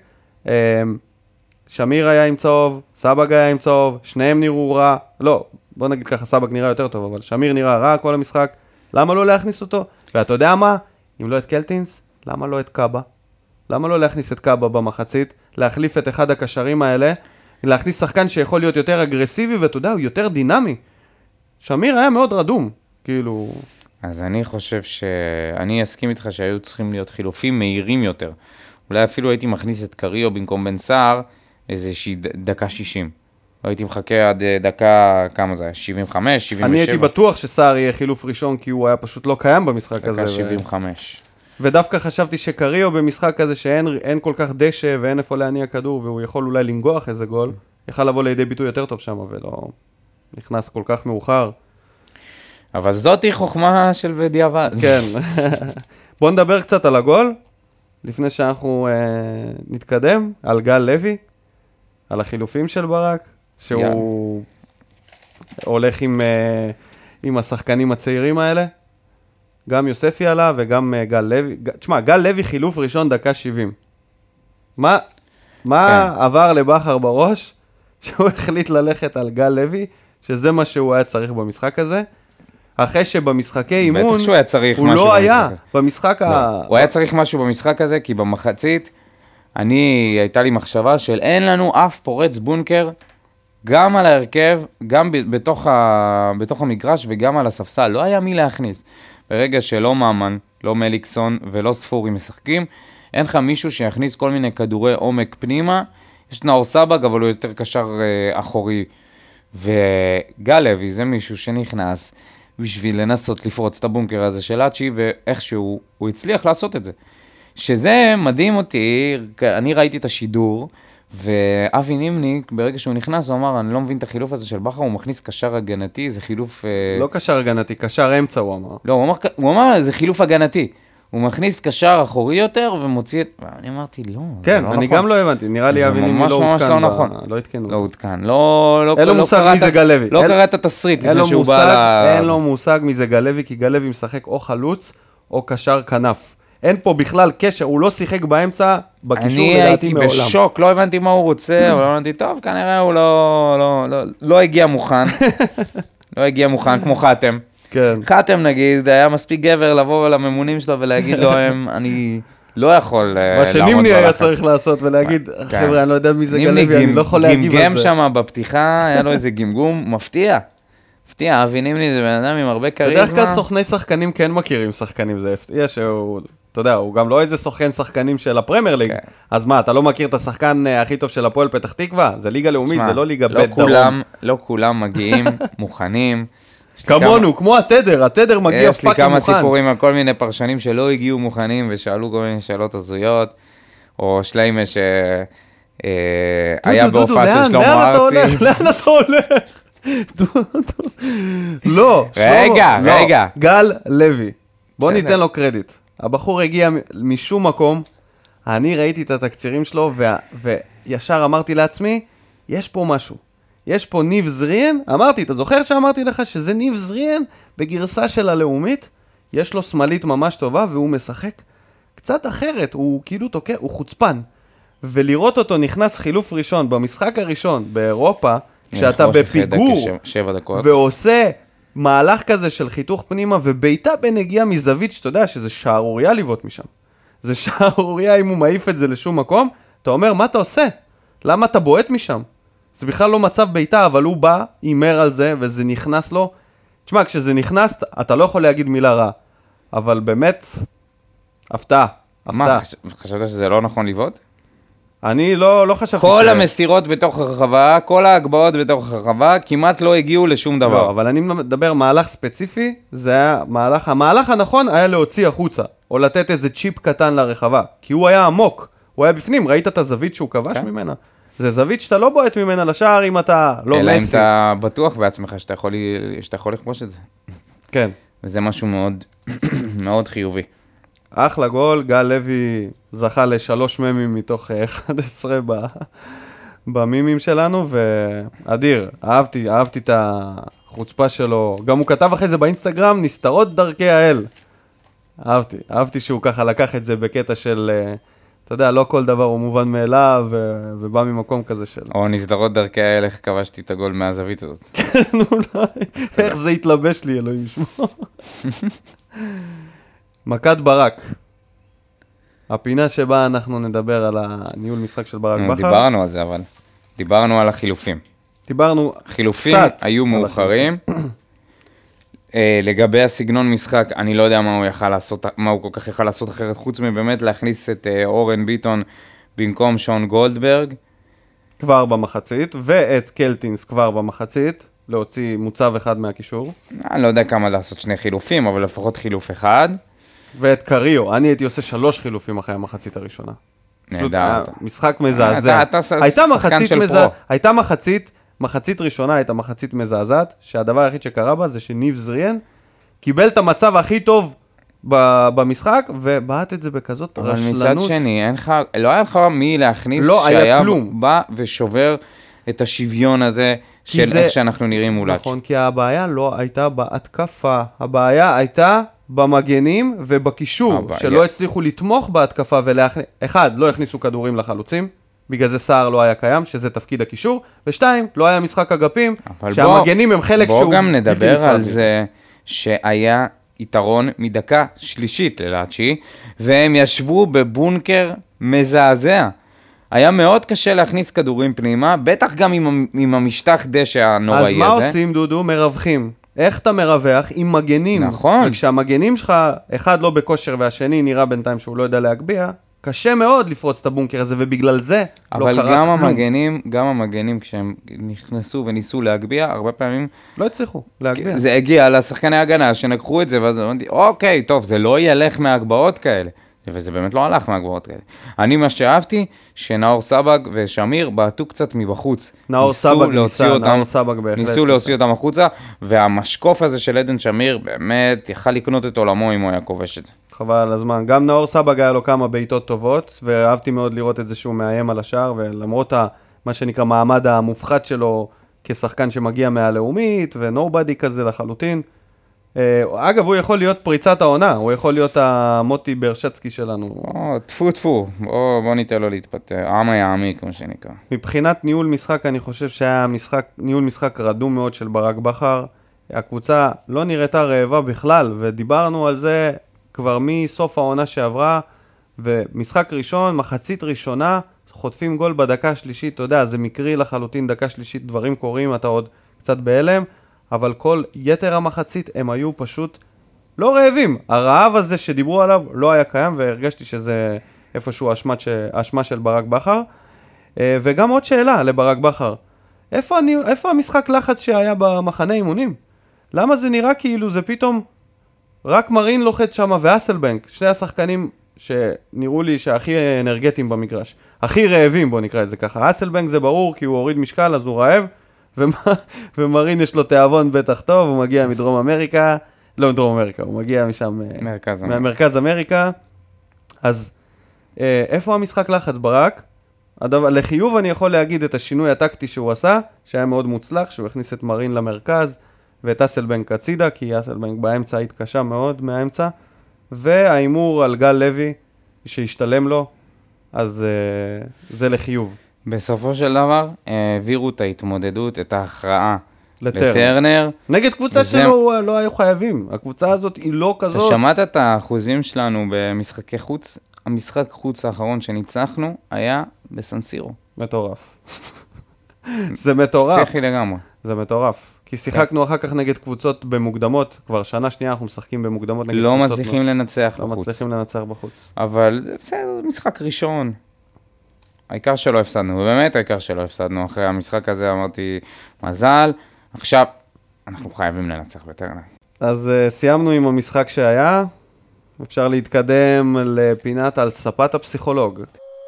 שמיר היה עם צהוב, סבג היה עם צהוב, שניהם נראו רע. לא, בוא נגיד ככה, סבג נראה יותר טוב, אבל שמיר נראה רע כל המשחק. למה לא להכניס אותו? ואתה יודע מה? אם לא את קלטינס, למה לא את קאבה? למה לא להכניס את קאבה במחצית? להחליף את אחד הקשרים האלה, להכניס שחקן שיכול להיות יותר אגרסיבי, ואתה יודע, הוא יותר דינמי. שמיר היה מאוד רדום, כאילו... אז אני חושב שאני אסכים איתך שהיו צריכים להיות חילופים מהירים יותר. אולי אפילו הייתי מכניס את קריו במקום בן סער איזושהי דקה 60. לא הייתי מחכה עד דקה, כמה זה היה? 75, 77? אני הייתי בטוח שסער יהיה חילוף ראשון, כי הוא היה פשוט לא קיים במשחק הזה. דקה 75. ודווקא חשבתי שקריו במשחק כזה שאין כל כך דשא ואין איפה להניע כדור, והוא יכול אולי לנגוח איזה גול, יכל לבוא לידי ביטוי יותר טוב שם, ולא נכנס כל כך מאוחר. אבל זאת היא חוכמה של בדיעבד. כן. בוא נדבר קצת על הגול, לפני שאנחנו נתקדם, על גל לוי, על החילופים של ברק, שהוא הולך עם השחקנים הצעירים האלה. גם יוספי עלה וגם גל לוי. תשמע, גל לוי חילוף ראשון דקה 70. מה עבר לבחר בראש שהוא החליט ללכת על גל לוי, שזה מה שהוא היה צריך במשחק הזה? אחרי שבמשחקי אימון, בטח שהוא היה צריך הוא משהו לא היה במשחק. במשחק הוא היה צריך משהו במשחק הזה, כי במחצית, הייתה לי מחשבה של אין לנו אף פורץ בונקר, גם על ההרכב, גם בתוך המגרש וגם על הספסל. לא היה מי להכניס. ברגע שלא מאמן, לא מליקסון ולא ספורי משחקים, אין לך מישהו שיכניס כל מיני כדורי עומק פנימה. יש נאור סבג, אבל הוא יותר קשר אחורי. וגל לוי זה מישהו שנכנס בשביל לנסות לפרוץ את הבונקר הזה של אצ'י, ואיכשהו הוא הצליח לעשות את זה. שזה מדהים אותי, אני ראיתי את השידור, ואבי נימניק, ברגע שהוא נכנס, הוא אמר, אני לא מבין את החילוף הזה של בכר, הוא מכניס קשר הגנתי, זה חילוף... לא קשר הגנתי, קשר אמצע הוא אמר. לא, הוא אמר, זה חילוף הגנתי. הוא מכניס קשר אחורי יותר ומוציא את... אני אמרתי, לא, כן, זה לא נכון. אני גם לא הבנתי, נראה לי אבי נימניק לא ממש לא נכון. לא התקנו. לא עודכן, לא אין לו מושג מי זה גל לוי. לא קראת את התסריט לפני שהוא בא... אין לו מושג מי זה גל לוי, כי גל לוי משחק או חלוץ או קשר כנף. אין פה בכלל קשר, הוא לא שיחק באמצע, בקישור אני לדעתי הייתי מעולם. בשוק, לא הבנתי מה הוא רוצה, אבל לא הבנתי, טוב, כנראה הוא לא הגיע מוכן. לא הגיע מוכן, כמו חתם. כן. חתם נגיד, היה מספיק גבר לבוא לממונים שלו ולהגיד לו, אני לא יכול לעמוד בלחץ. מה שנימני היה צריך לעשות ולהגיד, חבר'ה, אני לא יודע מי זה גל לוי, אני לא יכול להגיב על גמגם זה. שם בפתיחה, היה לו איזה גמגום מפתיע. מפתיע, אבי נימני זה בן אדם עם הרבה קריזמה. בדרך כלל סוכני שחקנים כן מכירים שחקנים, זה הפתיע שהוא, אתה יודע, הוא גם לא איזה סוכן שחקנים של הפרמייר ליג. אז מה, אתה לא מכיר את השחקן הכי טוב של הפועל פתח תקווה? זה ליגה לאומית, זה לא ליגה בית דרום. לא כולם מגיעים, מוכנים. כמונו, כמו התדר מגיע יש לי פאקינג כמה מוכן. סיפורים על כל מיני פרשנים שלא הגיעו מוכנים ושאלו כל מיני שאלות הזויות, או שליימה שהיה בהופעה של שלמה ארצי. לאן אתה הולך? לא, רגע. גל לוי. בוא בסדר. ניתן לו קרדיט. הבחור הגיע משום מקום, אני ראיתי את התקצירים שלו, וישר אמרתי לעצמי, יש פה משהו. יש פה ניב זריאן, אמרתי, אתה זוכר שאמרתי לך שזה ניב זריאן בגרסה של הלאומית? יש לו שמאלית ממש טובה, והוא משחק קצת אחרת, הוא כאילו תוקע, הוא חוצפן. ולראות אותו נכנס חילוף ראשון במשחק הראשון באירופה, שאתה בפיגור, ועושה מהלך כזה של חיתוך פנימה, וביתה בנגיעה מזווית, שאתה יודע שזה שערוריה לבעוט משם. זה שערוריה אם הוא מעיף את זה לשום מקום, אתה אומר, מה אתה עושה? למה אתה בועט משם? זה בכלל לא מצב ביתה, אבל הוא בא, אימר על זה, וזה נכנס לו. תשמע, כשזה נכנס, אתה לא יכול להגיד מילה רע, אבל באמת, הפתעה. מה, חשבת שזה לא נכון לבעוט? אני לא חשבתי כל המסירות בתוך הרחבה, כל ההגבהות בתוך הרחבה, כמעט לא הגיעו לשום דבר. לא, אבל אני מדבר מהלך ספציפי, זה היה המהלך הנכון היה להוציא החוצה, או לתת איזה צ'יפ קטן לרחבה, כי הוא היה עמוק, הוא היה בפנים, ראית את הזווית שהוא כבש ממנה? זה זווית שאתה לא בועט ממנה לשער אם אתה לא מסי. אלא אם אתה בטוח בעצמך שאתה יכול לכבוש את זה. כן. וזה משהו מאוד, מאוד חיובי. אחלה גול, גל לוי זכה ל3 ממים מתוך 11 במימים שלנו, ואדיר, אהבתי את החוצפה שלו. גם הוא כתב אחרי זה באינסטגרם, נסתרות דרכי האל. אהבתי שהוא ככה לקח את זה בקטע של, אתה יודע, לא כל דבר הוא מובן מאליו, ובא ממקום כזה של... או נסתרות דרכי האל, איך כבשתי את הגול מהזווית הזאת. כן, אולי, איך זה התלבש לי, אלוהים שמו. מכת ברק. הפינה שבה אנחנו נדבר על הניהול משחק של ברק בכר. דיברנו על זה, אבל. דיברנו על החילופים. דיברנו חילופים היו מאוחרים. לגבי הסגנון משחק, אני לא יודע מה הוא כל כך יכל לעשות אחרת, חוץ מבאמת להכניס את אורן ביטון במקום שון גולדברג. כבר במחצית, ואת קלטינס כבר במחצית, להוציא מוצב אחד מהקישור. אני לא יודע כמה לעשות 2 חילופים, אבל לפחות חילוף אחד. ואת קריו, אני הייתי עושה 3 חילופים אחרי המחצית הראשונה. נהדר. משחק מזעזע. אתה שחקן של פרו. הייתה מחצית ראשונה, הייתה מחצית מזעזעת, שהדבר היחיד שקרה בה זה שניב זריאן קיבל את המצב הכי טוב במשחק, ובעט את זה בכזאת רשלנות. אבל מצד שני, לא היה לך מי להכניס שהיה בא ושובר את השוויון הזה של איך שאנחנו נראים מול אץ'. נכון, כי הבעיה לא הייתה בהתקפה, הבעיה הייתה במגנים ובקישור, שלא הצליחו לתמוך בהתקפה אחד, לא הכניסו כדורים לחלוצים, בגלל זה סער לא היה קיים, שזה תפקיד הקישור, ו2, לא היה משחק אגפים, שהמגנים הם חלק שהוא... בוא גם נדבר על זה שהיה יתרון מדקה שלישית ללאצ'י, והם ישבו בבונקר מזעזע. היה מאוד קשה להכניס כדורים פנימה, בטח גם עם המשטח דשא הנוראי הזה. אז מה עושים, דודו? מרווחים. איך אתה מרווח עם מגנים? נכון. וכשהמגנים שלך, אחד לא בכושר והשני נראה בינתיים שהוא לא יודע להגביע, קשה מאוד לפרוץ את הבונקר הזה, ובגלל זה לא קרה כלום. אבל גם המגנים, כשהם נכנסו וניסו להגביע, הרבה פעמים... לא הצליחו להגביע. זה הגיע לשחקני ההגנה, שנקחו את זה, ואז אמרתי, אוקיי, טוב, זה לא ילך מהגבעות כאלה. וזה באמת לא הלך מהגבעות כאלה. אני מה שאהבתי, שנאור סבג ושמיר בעטו קצת מבחוץ. נאור סבג בהחלט. ניסו להוציא אותם החוצה, והמשקוף הזה של עדן שמיר, באמת יכל לקנות את עולמו אם הוא היה כובש את זה. חבל על הזמן. גם נאור סבג היה לו כמה בעיטות טובות, ואהבתי מאוד לראות את זה שהוא מאיים על השער, ולמרות מה שנקרא מעמד המופחת שלו כשחקן שמגיע מהלאומית, ונובדי כזה לחלוטין. אגב, הוא יכול להיות פריצת העונה, הוא יכול להיות המוטי ברשצקי שלנו. טפו, בוא ניתן לו להתפטר, עם היעמיק, כמו שנקרא. מבחינת ניהול משחק, אני חושב שהיה ניהול משחק רדום מאוד של ברק בכר. הקבוצה לא נראתה רעבה בכלל, ודיברנו על זה כבר מסוף העונה שעברה, ומשחק ראשון, מחצית ראשונה, חוטפים גול בדקה שלישית, אתה יודע, זה מקרי לחלוטין, דקה שלישית, דברים קורים, אתה עוד קצת בהלם, אבל כל יתר המחצית הם היו פשוט לא רעבים. הרעב הזה שדיברו עליו לא היה קיים, והרגשתי שזה איפשהו האשמה של ברק בכר. וגם עוד שאלה לברק בכר, איפה המשחק לחץ שהיה במחנה אימונים? למה זה נראה כאילו זה פתאום רק מרין לוחץ שם ואסלבנק, שני השחקנים שנראו לי שהכי אנרגטיים במגרש, הכי רעבים, בוא נקרא את זה ככה. אסלבנק זה ברור כי הוא הוריד משקל אז הוא רעב, ומרין יש לו תיאבון בטח טוב, הוא מגיע מדרום אמריקה, לא מדרום אמריקה, הוא מגיע משם, מהמרכז אמריקה. אז איפה המשחק לחץ ברק? לחיוב אני יכול להגיד את השינוי הטקטי שהוא עשה, שהיה מאוד מוצלח, שהוא הכניס את מרין למרכז, ואת אסלבנק הצידה, כי אסלבנק באמצע התקשה מאוד מהאמצע, והאימור על גל לוי, שהשתלם לו, אז זה לחיוב. בסופו של דבר, העבירו את ההתמודדות, את ההכרעה לטרנר. נגד קבוצה שלו לא היו חייבים, הקבוצה הזאת היא לא כזאת. אתה שמעת את האחוזים שלנו במשחקי חוץ? המשחק חוץ האחרון שניצחנו היה בסנסירו. מטורף. זה מטורף. שיחי לגמרי. זה מטורף. כי שיחקנו אחר כך נגד קבוצות במוקדמות, כבר שנה שנייה אנחנו משחקים במוקדמות נגד קבוצות. לא מצליחים לנצח בחוץ. לא מצליחים לנצח בחוץ. אבל זה בסדר, משחק ראשון. העיקר שלא הפסדנו, ובאמת העיקר שלא הפסדנו. אחרי המשחק הזה אמרתי, מזל, עכשיו אנחנו חייבים לנצח בטרנר. אז סיימנו עם המשחק שהיה, אפשר להתקדם לפינת על ספת הפסיכולוג.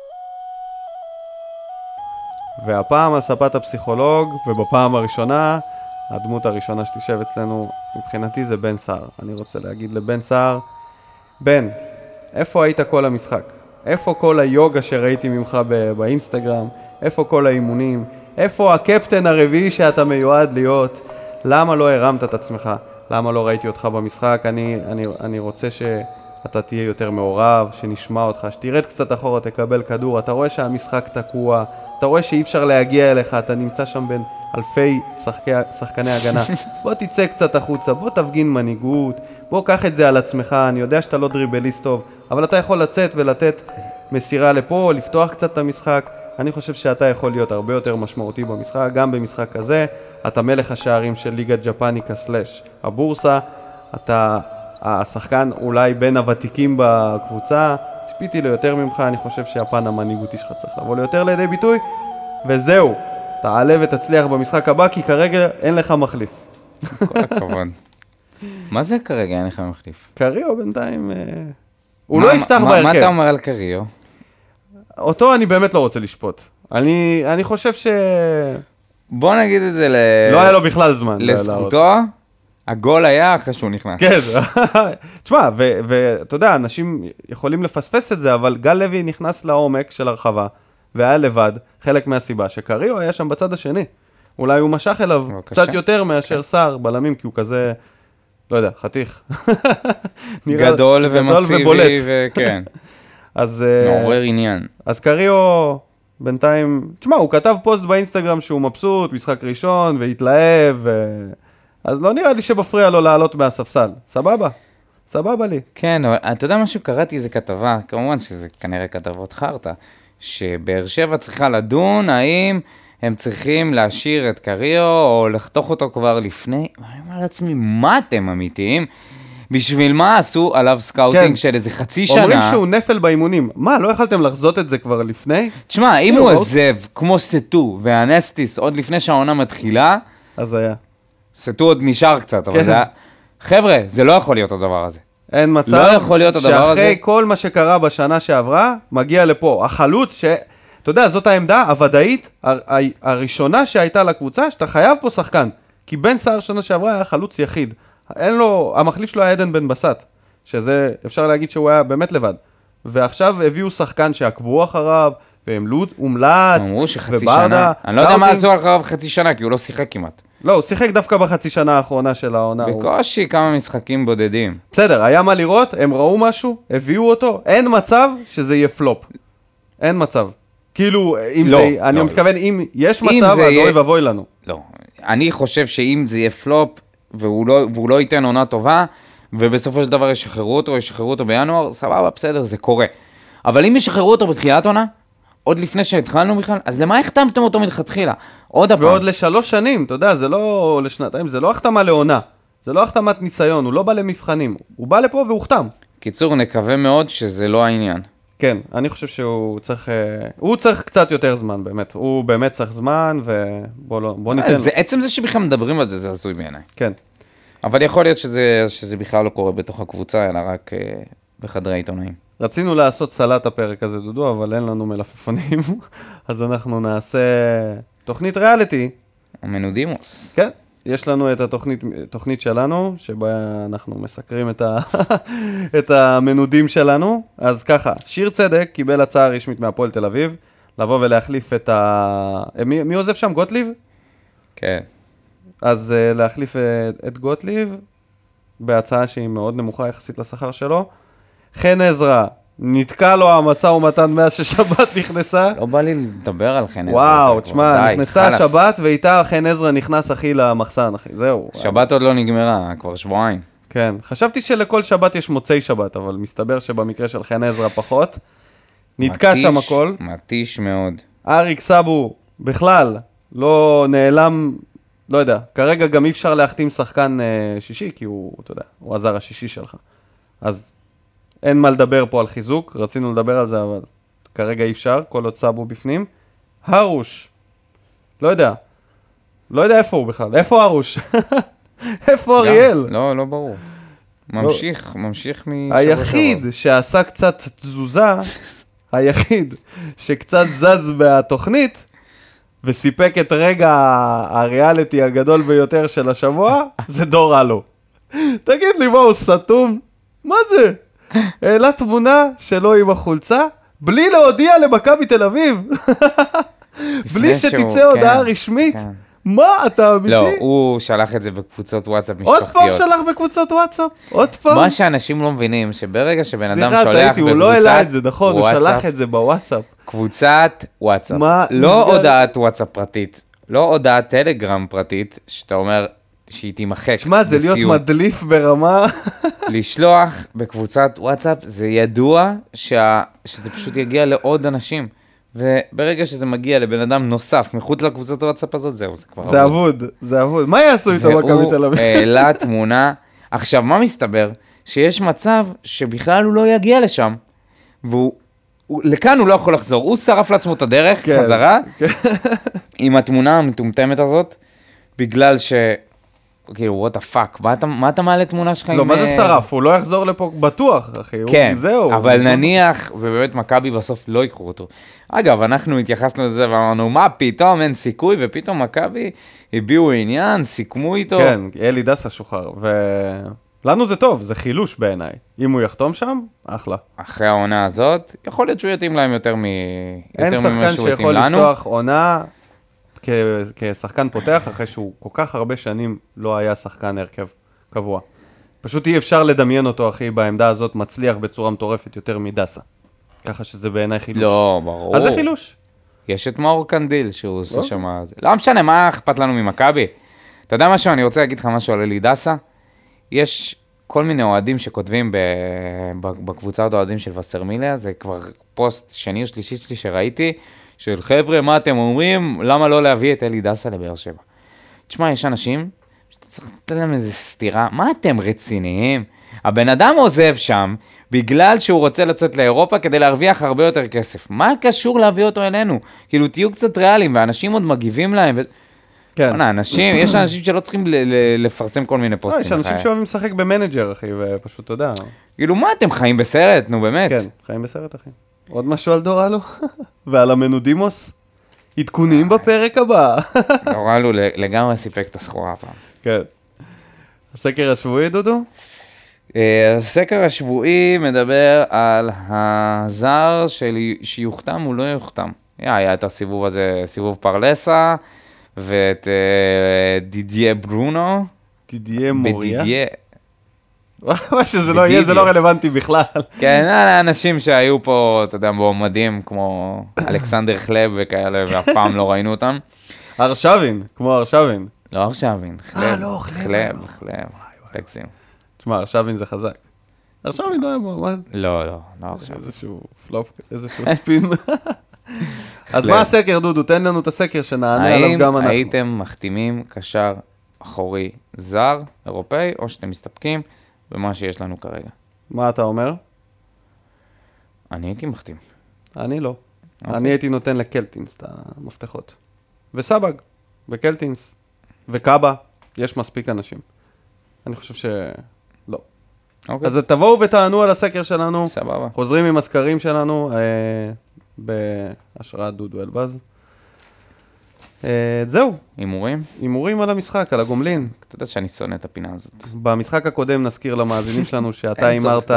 והפעם על ספת הפסיכולוג, ובפעם הראשונה, הדמות הראשונה שתשב אצלנו מבחינתי זה בן סער. אני רוצה להגיד לבן סער, בן, איפה היית כל המשחק? איפה כל היוגה שראיתי ממך באינסטגרם? איפה כל האימונים? איפה הקפטן הרביעי שאתה מיועד להיות? למה לא הרמת את עצמך? למה לא ראיתי אותך במשחק? אני רוצה שאתה תהיה יותר מעורב, שנשמע אותך, שתרד קצת אחורה, תקבל כדור. אתה רואה שהמשחק תקוע, אתה רואה שאי אפשר להגיע אליך, אתה נמצא שם בין אלפי שחקני הגנה. בוא תצא קצת החוצה, בוא תפגין מנהיגות, בוא קח את זה על עצמך. אני יודע שאתה לא דריבליסט טוב, אבל אתה יכול לצאת ולתת מסירה לפה, לפתוח קצת את המשחק. אני חושב שאתה יכול להיות הרבה יותר משמעותי במשחק, גם במשחק כזה. אתה מלך השערים של ליגה ג'פניקה סלש הבורסה, אתה השחקן אולי בין הוותיקים בקבוצה, ציפיתי ליותר ממך. אני חושב שהפן המנהיגותי שלך צריך לבוא ליותר לידי ביטוי, וזהו, תעלה ותצליח במשחק הבא, כי כרגע אין לך מחליף. כל הכבוד. מה זה כרגע אין לך מחליף? קריו בינתיים, הוא לא יפתח בהרכב. מה אתה אומר על קריו? אותו אני באמת לא רוצה לשפוט. אני חושב בוא נגיד את זה לא היה לו בכלל זמן. לזכותו, הגול היה אחרי שהוא נכנס. כן, תשמע, ואתה יודע, אנשים יכולים לפספס את זה, אבל גל לוי נכנס לעומק של הרחבה, והיה לבד, חלק מהסיבה, שקריו היה שם בצד השני. אולי הוא משך אליו קצת יותר מאשר שר בלמים, כי הוא כזה, לא יודע, חתיך. גדול ומסיבי, וכן. מעורר עניין. אז קריו בינתיים, תשמע, הוא כתב פוסט באינסטגרם שהוא מבסוט, משחק ראשון, והתלהב, אז לא נראה לי שבפריע לו לעלות מהספסל. סבבה, סבבה לי. כן, אבל אתה יודע משהו, קראתי איזה כתבה, כמובן שזה כנראה כתבות חרטה, שבאר שבע צריכה לדון האם הם צריכים להשאיר את קריו, או לחתוך אותו כבר לפני. אני אומר לעצמי, מה אתם אמיתיים? בשביל מה עשו עליו סקאוטינג של איזה חצי שנה? אומרים שהוא נפל באימונים. מה, לא יכלתם לחזות את זה כבר לפני? תשמע, אם הוא עזב כמו סטו והנסטיס עוד לפני שהעונה מתחילה, אז היה. סטו עוד נשאר קצת, אבל זה היה... חבר'ה, זה לא יכול להיות הדבר הזה. אין מצב לא יכול להיות הדבר הזה. שאחרי כל מה שקרה בשנה שעברה, מגיע לפה. החלוץ אתה יודע, זאת העמדה הוודאית הראשונה שהייתה לקבוצה, שאתה חייב פה שחקן. כי בן סער שנה שעברה היה חלוץ יחיד. אין לו, המחליף שלו היה עדן בן בסט, שזה אפשר להגיד שהוא היה באמת לבד. ועכשיו הביאו שחקן שעקבו אחריו, והם הומלץ, אמרו שחצי שנה. אני לא יודע מה עשו אחריו חצי שנה, כי הוא לא שיחק כמעט. לא, הוא שיחק דווקא בחצי שנה האחרונה של העונה. בקושי כמה משחקים בודדים. בסדר, היה מה לראות, הם ראו משהו, הביאו אותו, אין מצב שזה יהיה פלופ. אין מצב. כאילו, אם לא, זה, אני מתכוון, אם יש מצב, אז אוי ובוי לנו. לא, אני חושב שאם זה יהיה פלופ, והוא לא ייתן עונה טובה, ובסופו של דבר ישחררו אותו בינואר, סבבה, בסדר, זה קורה. אבל אם ישחררו אותו בתחילת עונה, עוד לפני שהתחלנו בכלל, אז למה החתמתם אותו מלכתחילה? עוד הפעם. ועוד ל3 שנים, אתה יודע, זה לא לשנתיים, זה לא החתמה לעונה. זה לא החתמת ניסיון, הוא לא בא למבחנים. הוא בא לפה והוא חתם. קיצור, נקווה מאוד שזה לא העניין. כן, אני חושב שהוא צריך, הוא צריך קצת יותר זמן, באמת. הוא באמת צריך זמן, ובוא ניתן. עצם זה שבכלל מדברים על זה, זה עשוי בעיניי. כן. אבל יכול להיות שזה בכלל לא קורה בתוך הקבוצה, אלא רק בחדרי עיתונאים. רצינו לעשות סלט הפרק הזה, דודו, אבל אין לנו מלפפונים, אז אנחנו נעשה תוכנית ריאליטי. המנודימוס. כן, יש לנו את התוכנית שלנו, שבה אנחנו מסקרים את המנודים שלנו. אז ככה, שיר צדק קיבל הצעה רשמית מהפועל תל אביב, לבוא ולהחליף את מי עוזב שם? גוטליב? כן. אז להחליף את גוטליב, בהצעה שהיא מאוד נמוכה יחסית לשכר שלו. חן עזרא, נתקע לו המשא ומתן מאז ששבת נכנסה. לא בא לי לדבר על חן עזרא. וואו, תשמע, נכנסה השבת ואיתה חן עזרא נכנס אחי למחסן, אחי, זהו. שבת עוד לא נגמרה, כבר שבועיים. כן, חשבתי שלכל שבת יש מוצאי שבת, אבל מסתבר שבמקרה של חן עזרא פחות. נתקע שם הכל. מתיש מאוד. אריק סאבו בכלל לא נעלם, לא יודע, כרגע גם אי אפשר להחתים שחקן שישי, כי הוא, אתה יודע, הוא הזר השישי שלך. אז אין מה לדבר פה על חיזוק, רצינו לדבר על זה, אבל כרגע אי אפשר, כל עוד סאבו בפנים. הרוש, לא יודע איפה הוא בכלל, איפה הרוש? איפה אריאל? לא ברור. ממשיך משבוע היחיד שעשה קצת תזוזה, היחיד שקצת זז מהתוכנית, וסיפק את רגע הריאליטי הגדול ביותר של השבוע, זה דור אלו. תגיד לי, מה הוא סתום? מה זה? העלה תמונה שלו עם החולצה, בלי להודיע למכבי תל אביב. בלי שתצא הודעה רשמית. מה, אתה אמיתי? לא, הוא שלח את זה בקבוצות וואטסאפ עוד משפחתיות. פעם שלח בקבוצות וואטסאפ? עוד פעם? מה שאנשים לא מבינים, שברגע שבן אדם סליחה, שולח טעיתי, הוא לא העלה את זה, נכון, הוא וואטסאפ, שלח את זה בוואטסאפ. קבוצת וואטסאפ. מה לא נסגר? הודעת וואטסאפ פרטית, לא הודעת טלגרם פרטית, שאתה אומר שהיא תימחק. שמע, זה להיות בסיום. מדליף ברמה... לשלוח בקבוצת וואטסאפ, זה ידוע שזה פשוט יגיע לעוד אנשים. וברגע שזה מגיע לבן אדם נוסף, מחוץ לקבוצת וואטסאפ הזאת, זהו, זה כבר זה אבוד, זה אבוד. מה יעשו איתו מכבי תל אביב? והוא העלה תמונה. עכשיו, מה מסתבר? שיש מצב שבכלל הוא לא יגיע לשם, לכאן הוא לא יכול לחזור. הוא שרף לעצמו את הדרך, כן, חזרה, כן. עם התמונה המטומטמת הזאת, בגלל ש... כאילו, what the fuck, מה אתה מעלה תמונה שלך עם... לא, מה זה שרף? הוא לא יחזור לפה בטוח, אחי. כן, זהו. אבל נניח, ובאמת מכבי בסוף לא יקחו אותו. אגב, אנחנו התייחסנו לזה ואמרנו, מה פתאום, אין סיכוי, ופתאום מכבי הביאו עניין, סיכמו איתו. כן, אלי דסה שוחרר, ולנו זה טוב, זה חילוש בעיניי. אם הוא יחתום שם, אחלה. אחרי העונה הזאת, יכול להיות שהוא יתאים להם יותר אין ממה שחקן שהוא יתאים שיכול לנו. לפתוח עונה כשחקן פותח, אחרי שהוא כל כך הרבה שנים לא היה שחקן הרכב קבוע. פשוט אי אפשר לדמיין אותו, אחי, בעמדה הזאת מצליח בצורה מטורפת יותר מדסה. ככה שזה בעיניי חילוש. לא, ברור. אז זה חילוש. יש את מאור קנדיל שהוא עושה שם... לא משנה, מה אכפת לנו ממכבי? אתה יודע משהו? אני רוצה להגיד לך משהו על אלי דסה. יש כל מיני אוהדים שכותבים בקבוצת אוהדים של וסרמיליה, זה כבר פוסט שני או שלישי שלי שראיתי, של חבר'ה, מה אתם אומרים? למה לא להביא את אלי דסה לבאר שבע? תשמע, יש אנשים שאתה צריך לתת להם איזה סתירה. מה אתם רציניים? הבן אדם עוזב שם בגלל שהוא רוצה לצאת לאירופה כדי להרוויח הרבה יותר כסף. מה קשור להביא אותו אלינו? כאילו, תהיו קצת ריאליים, ואנשים עוד מגיבים להם. כן. יש אנשים שלא צריכים לפרסם כל מיני פוסטים. יש אנשים שאוהבים לשחק במנג'ר, אחי, ופשוט, אתה יודע. כאילו, מה אתם חיים בסרט? נו, באמת. כן, חיים בסרט, אחי. עוד משהו על דורלו? ועל המנודימוס? עדכונים בפרק הבא. דורלו לגמרי סיפק את הסחורה הפעם. כן. הסקר השבועי, דודו? הסקר השבועי מדבר על הזר שיוחתם או לא יוחתם. היה את הסיבוב הזה, סיבוב פרלסה, ואת דידיה ברונו. דידיה מוריה? בדידיה. מה שזה לא יהיה, זה לא רלוונטי בכלל. כן, אנשים שהיו פה, אתה יודע, מועמדים כמו אלכסנדר חלב וכאלה, ואף פעם לא ראינו אותם. ארשבין, כמו ארשבין. לא ארשבין, לא, חלב. תגזים. תשמע, ארשבין זה חזק. ארשבין לא היה מועמד. לא ארשבין. איזשהו פלופ, איזשהו ספין. אז מה הסקר, דודו? תן לנו את הסקר שנענה עליו גם אנחנו. האם הייתם מחתימים קשר אחורי זר, אירופאי, או שאתם מסתפקים במה שיש לנו כרגע? מה אתה אומר? אני הייתי מחתים. אני לא. אני הייתי נותן לקלטינס את המפתחות. וסבג, וקלטינס, וקאבה, יש מספיק אנשים. אני חושב שלא. אז תבואו ותענו על הסקר שלנו. סבבה. חוזרים עם הסקרים שלנו בהשראת דודו אלבז. זהו. הימורים? הימורים על המשחק, על הגומלין. אתה יודע שאני שונא את הפינה הזאת. במשחק הקודם נזכיר למאזינים שלנו שאתה הימרת 3-0.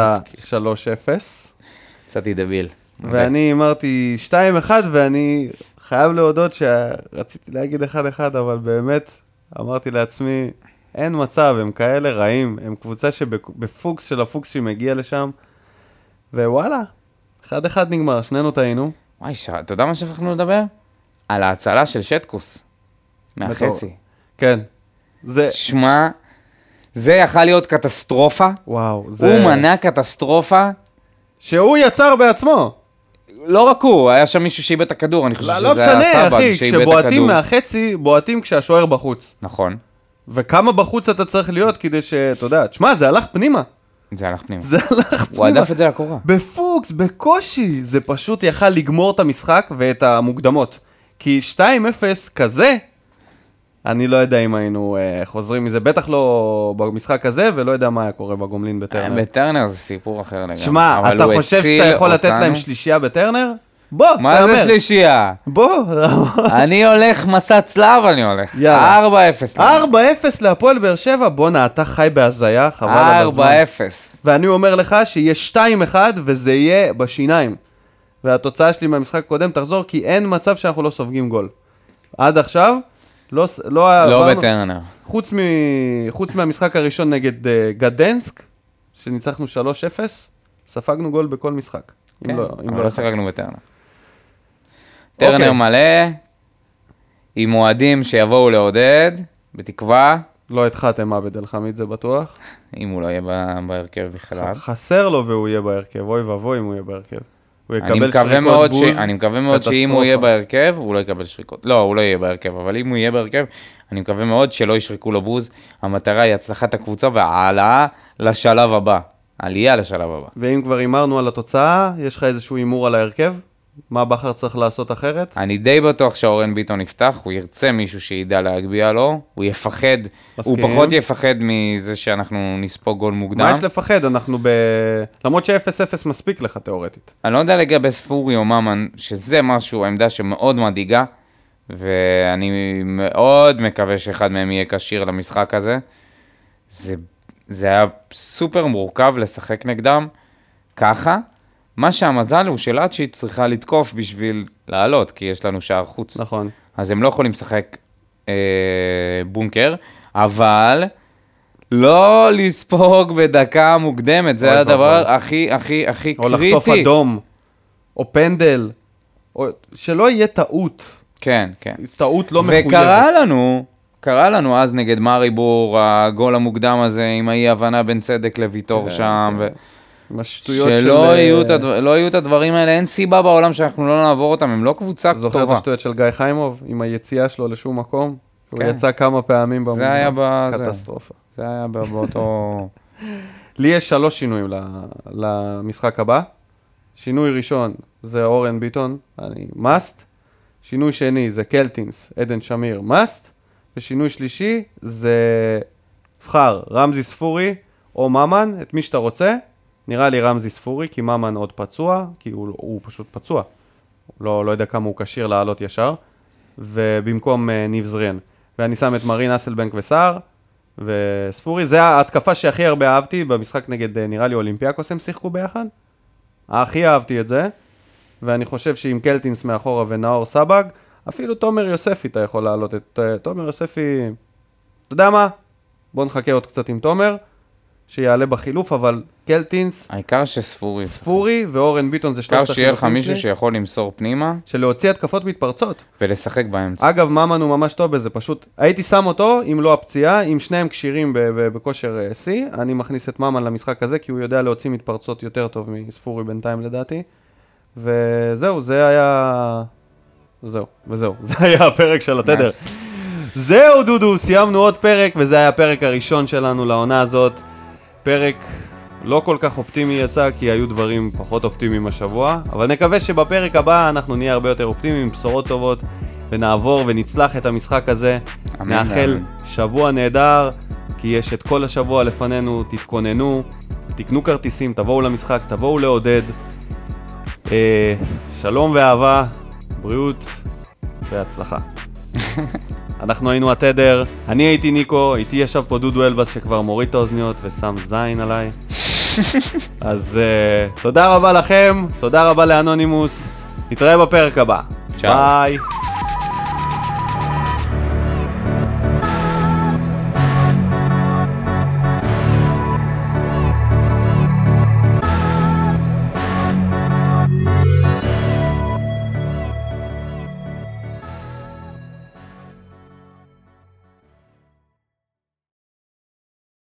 יצאתי דביל. ואני אמרתי 2-1, ואני חייב להודות שרציתי להגיד 1-1, אבל באמת אמרתי לעצמי, אין מצב, הם כאלה רעים, הם קבוצה שבפוקס של הפוקס שהיא מגיעה לשם, ווואלה, 1-1 נגמר, שנינו טעינו. וואי, אתה יודע מה שכחנו לדבר? על ההצלה של שטקוס, מהחצי. כן. שמע, זה יכל להיות קטסטרופה. וואו, זה... הוא מנע קטסטרופה. שהוא יצר בעצמו. לא רק הוא, היה שם מישהו שאיבד את הכדור, אני חושב שזה היה סבג שאיבד את הכדור. כשבועטים מהחצי, בועטים כשהשוער בחוץ. נכון. וכמה בחוץ אתה צריך להיות כדי שאתה יודע, תשמע, זה הלך פנימה. זה הלך פנימה. זה הלך פנימה. הוא עדף את זה לקורה. בפוקס, בקושי. זה פשוט יכל לגמור את המשחק ואת המוקדמות. כי 2-0 כזה, אני לא יודע אם היינו חוזרים מזה, בטח לא במשחק הזה, ולא יודע מה היה קורה בגומלין בטרנר. בטרנר זה סיפור אחר לגמרי. שמע, אתה חושב שאתה יכול לתת להם שלישייה בטרנר? בוא, תאמר. מה זה שלישייה? בוא. אני הולך מסע צלב, אני הולך. 4-0. 4-0 להפועל באר שבע, בוא אתה חי בהזיה, חבל על הזמן. 4-0. ואני אומר לך שיהיה 2-1 וזה יהיה בשיניים. והתוצאה שלי מהמשחק הקודם תחזור, כי אין מצב שאנחנו לא סופגים גול. עד עכשיו, לא בטרנר. חוץ מהמשחק הראשון נגד גדנסק, שניצחנו 3-0, ספגנו גול בכל משחק. כן, אבל לא שיחקנו בטרנר. טרנר מלא, עם מועדים שיבואו לעודד, בתקווה. לא התחלתם עבד אל חמיד, זה בטוח. אם הוא לא יהיה בהרכב בכלל. חסר לו והוא יהיה בהרכב, אוי ואבוי אם הוא יהיה בהרכב. אני מקווה מאוד שאם הוא יהיה בהרכב, הוא לא יקבל שריקות. לא, הוא לא יהיה בהרכב, אבל אם הוא יהיה בהרכב, אני מקווה מאוד שלא ישריקו לו בוז. המטרה היא הצלחת הקבוצה והעלאה לשלב הבא. עלייה לשלב הבא. ואם כבר הימרנו על התוצאה, יש לך איזשהו הימור על ההרכב? מה בכר צריך לעשות אחרת? אני די בטוח שאורן ביטון יפתח, הוא ירצה מישהו שידע להגביע לו, הוא יפחד, הוא פחות יפחד מזה שאנחנו נספוג גול מוקדם. מה יש לפחד? אנחנו למרות ש-0-0 מספיק לך תיאורטית. אני לא יודע לגבי ספורי או ממן, שזה משהו, העמדה שמאוד מדאיגה, ואני מאוד מקווה שאחד מהם יהיה כשיר למשחק הזה. זה היה סופר מורכב לשחק נגדם, ככה. מה שהמזל הוא שלאצ'י צריכה לתקוף בשביל לעלות, כי יש לנו שער חוץ. נכון. אז הם לא יכולים לשחק בונקר, אבל לא לספוג בדקה מוקדמת, זה הדבר הכי קריטי. או לחטוף אדום, או פנדל, או שלא יהיה טעות. כן, כן. טעות לא מחויבת. קרה לנו אז נגד מריבור, הגול המוקדם הזה, עם האי-הבנה בין צדק לויטור שם, שלא יהיו את הדברים האלה, אין סיבה בעולם שאנחנו לא נעבור אותם, הם לא קבוצה טובה. זוכר את השטויות של גיא חיימוב, עם היציאה שלו לשום מקום? הוא יצא כמה פעמים קטסטרופה. זה היה באותו... לי יש 3 שינויים למשחק הבא. שינוי ראשון זה אורן ביטון, אני must. שינוי שני זה קלטינס, עדן שמיר, must. ושינוי שלישי זה בחר, רמזי ספורי או ממן, את מי שאתה רוצה. נראה לי רמזי ספורי, כי ממן עוד פצוע, כי הוא פשוט פצוע. לא יודע כמה הוא כשיר לעלות ישר. ובמקום ניב זריאן. ואני שם את מרין אסלבנק וסער, וספורי. זה ההתקפה שהכי הרבה אהבתי במשחק נגד, נראה לי, אולימפיאקוס הם שיחקו ביחד. הכי אהבתי את זה. ואני חושב שעם קלטינס מאחורה ונאור סבג, אפילו תומר יוספי אתה יכול לעלות את תומר יוספי. אתה יודע מה? בוא נחכה עוד קצת עם תומר. שיעלה בחילוף, אבל קלטינס... העיקר שספורי. ספורי ואורן ביטון זה שלושת החילופים שלי. העיקר שיהיה לך מישהו שיכול למסור פנימה. שלהוציא התקפות מתפרצות. ולשחק באמצע. אגב, ממן הוא ממש טוב בזה, פשוט... הייתי שם אותו, אם לא הפציעה, אם שניהם קשירים בכושר C, אני מכניס את ממן למשחק הזה, כי הוא יודע להוציא מתפרצות יותר טוב מספורי בינתיים לדעתי. וזהו, זה היה... וזהו. זה היה הפרק של התדר. זהו, דודו, סיימנו עוד פרק, וזה היה הפרק הראשון שלנו לעונה הזאת. פרק לא כל כך אופטימי יצא, כי היו דברים פחות אופטימיים השבוע, אבל נקווה שבפרק הבא אנחנו נהיה הרבה יותר אופטימיים, בשורות טובות, ונעבור ונצלח את המשחק הזה. נאחל שבוע נהדר, כי יש את כל השבוע לפנינו, תתכוננו, תקנו כרטיסים, תבואו למשחק, תבואו לעודד. שלום ואהבה, בריאות והצלחה. אנחנו היינו התדר, אני הייתי ניקו, איתי ישב פה דודו אלבס שכבר מוריד את האוזניות ושם זין עליי. אז תודה רבה לכם, תודה רבה לאנונימוס, נתראה בפרק הבא. ביי.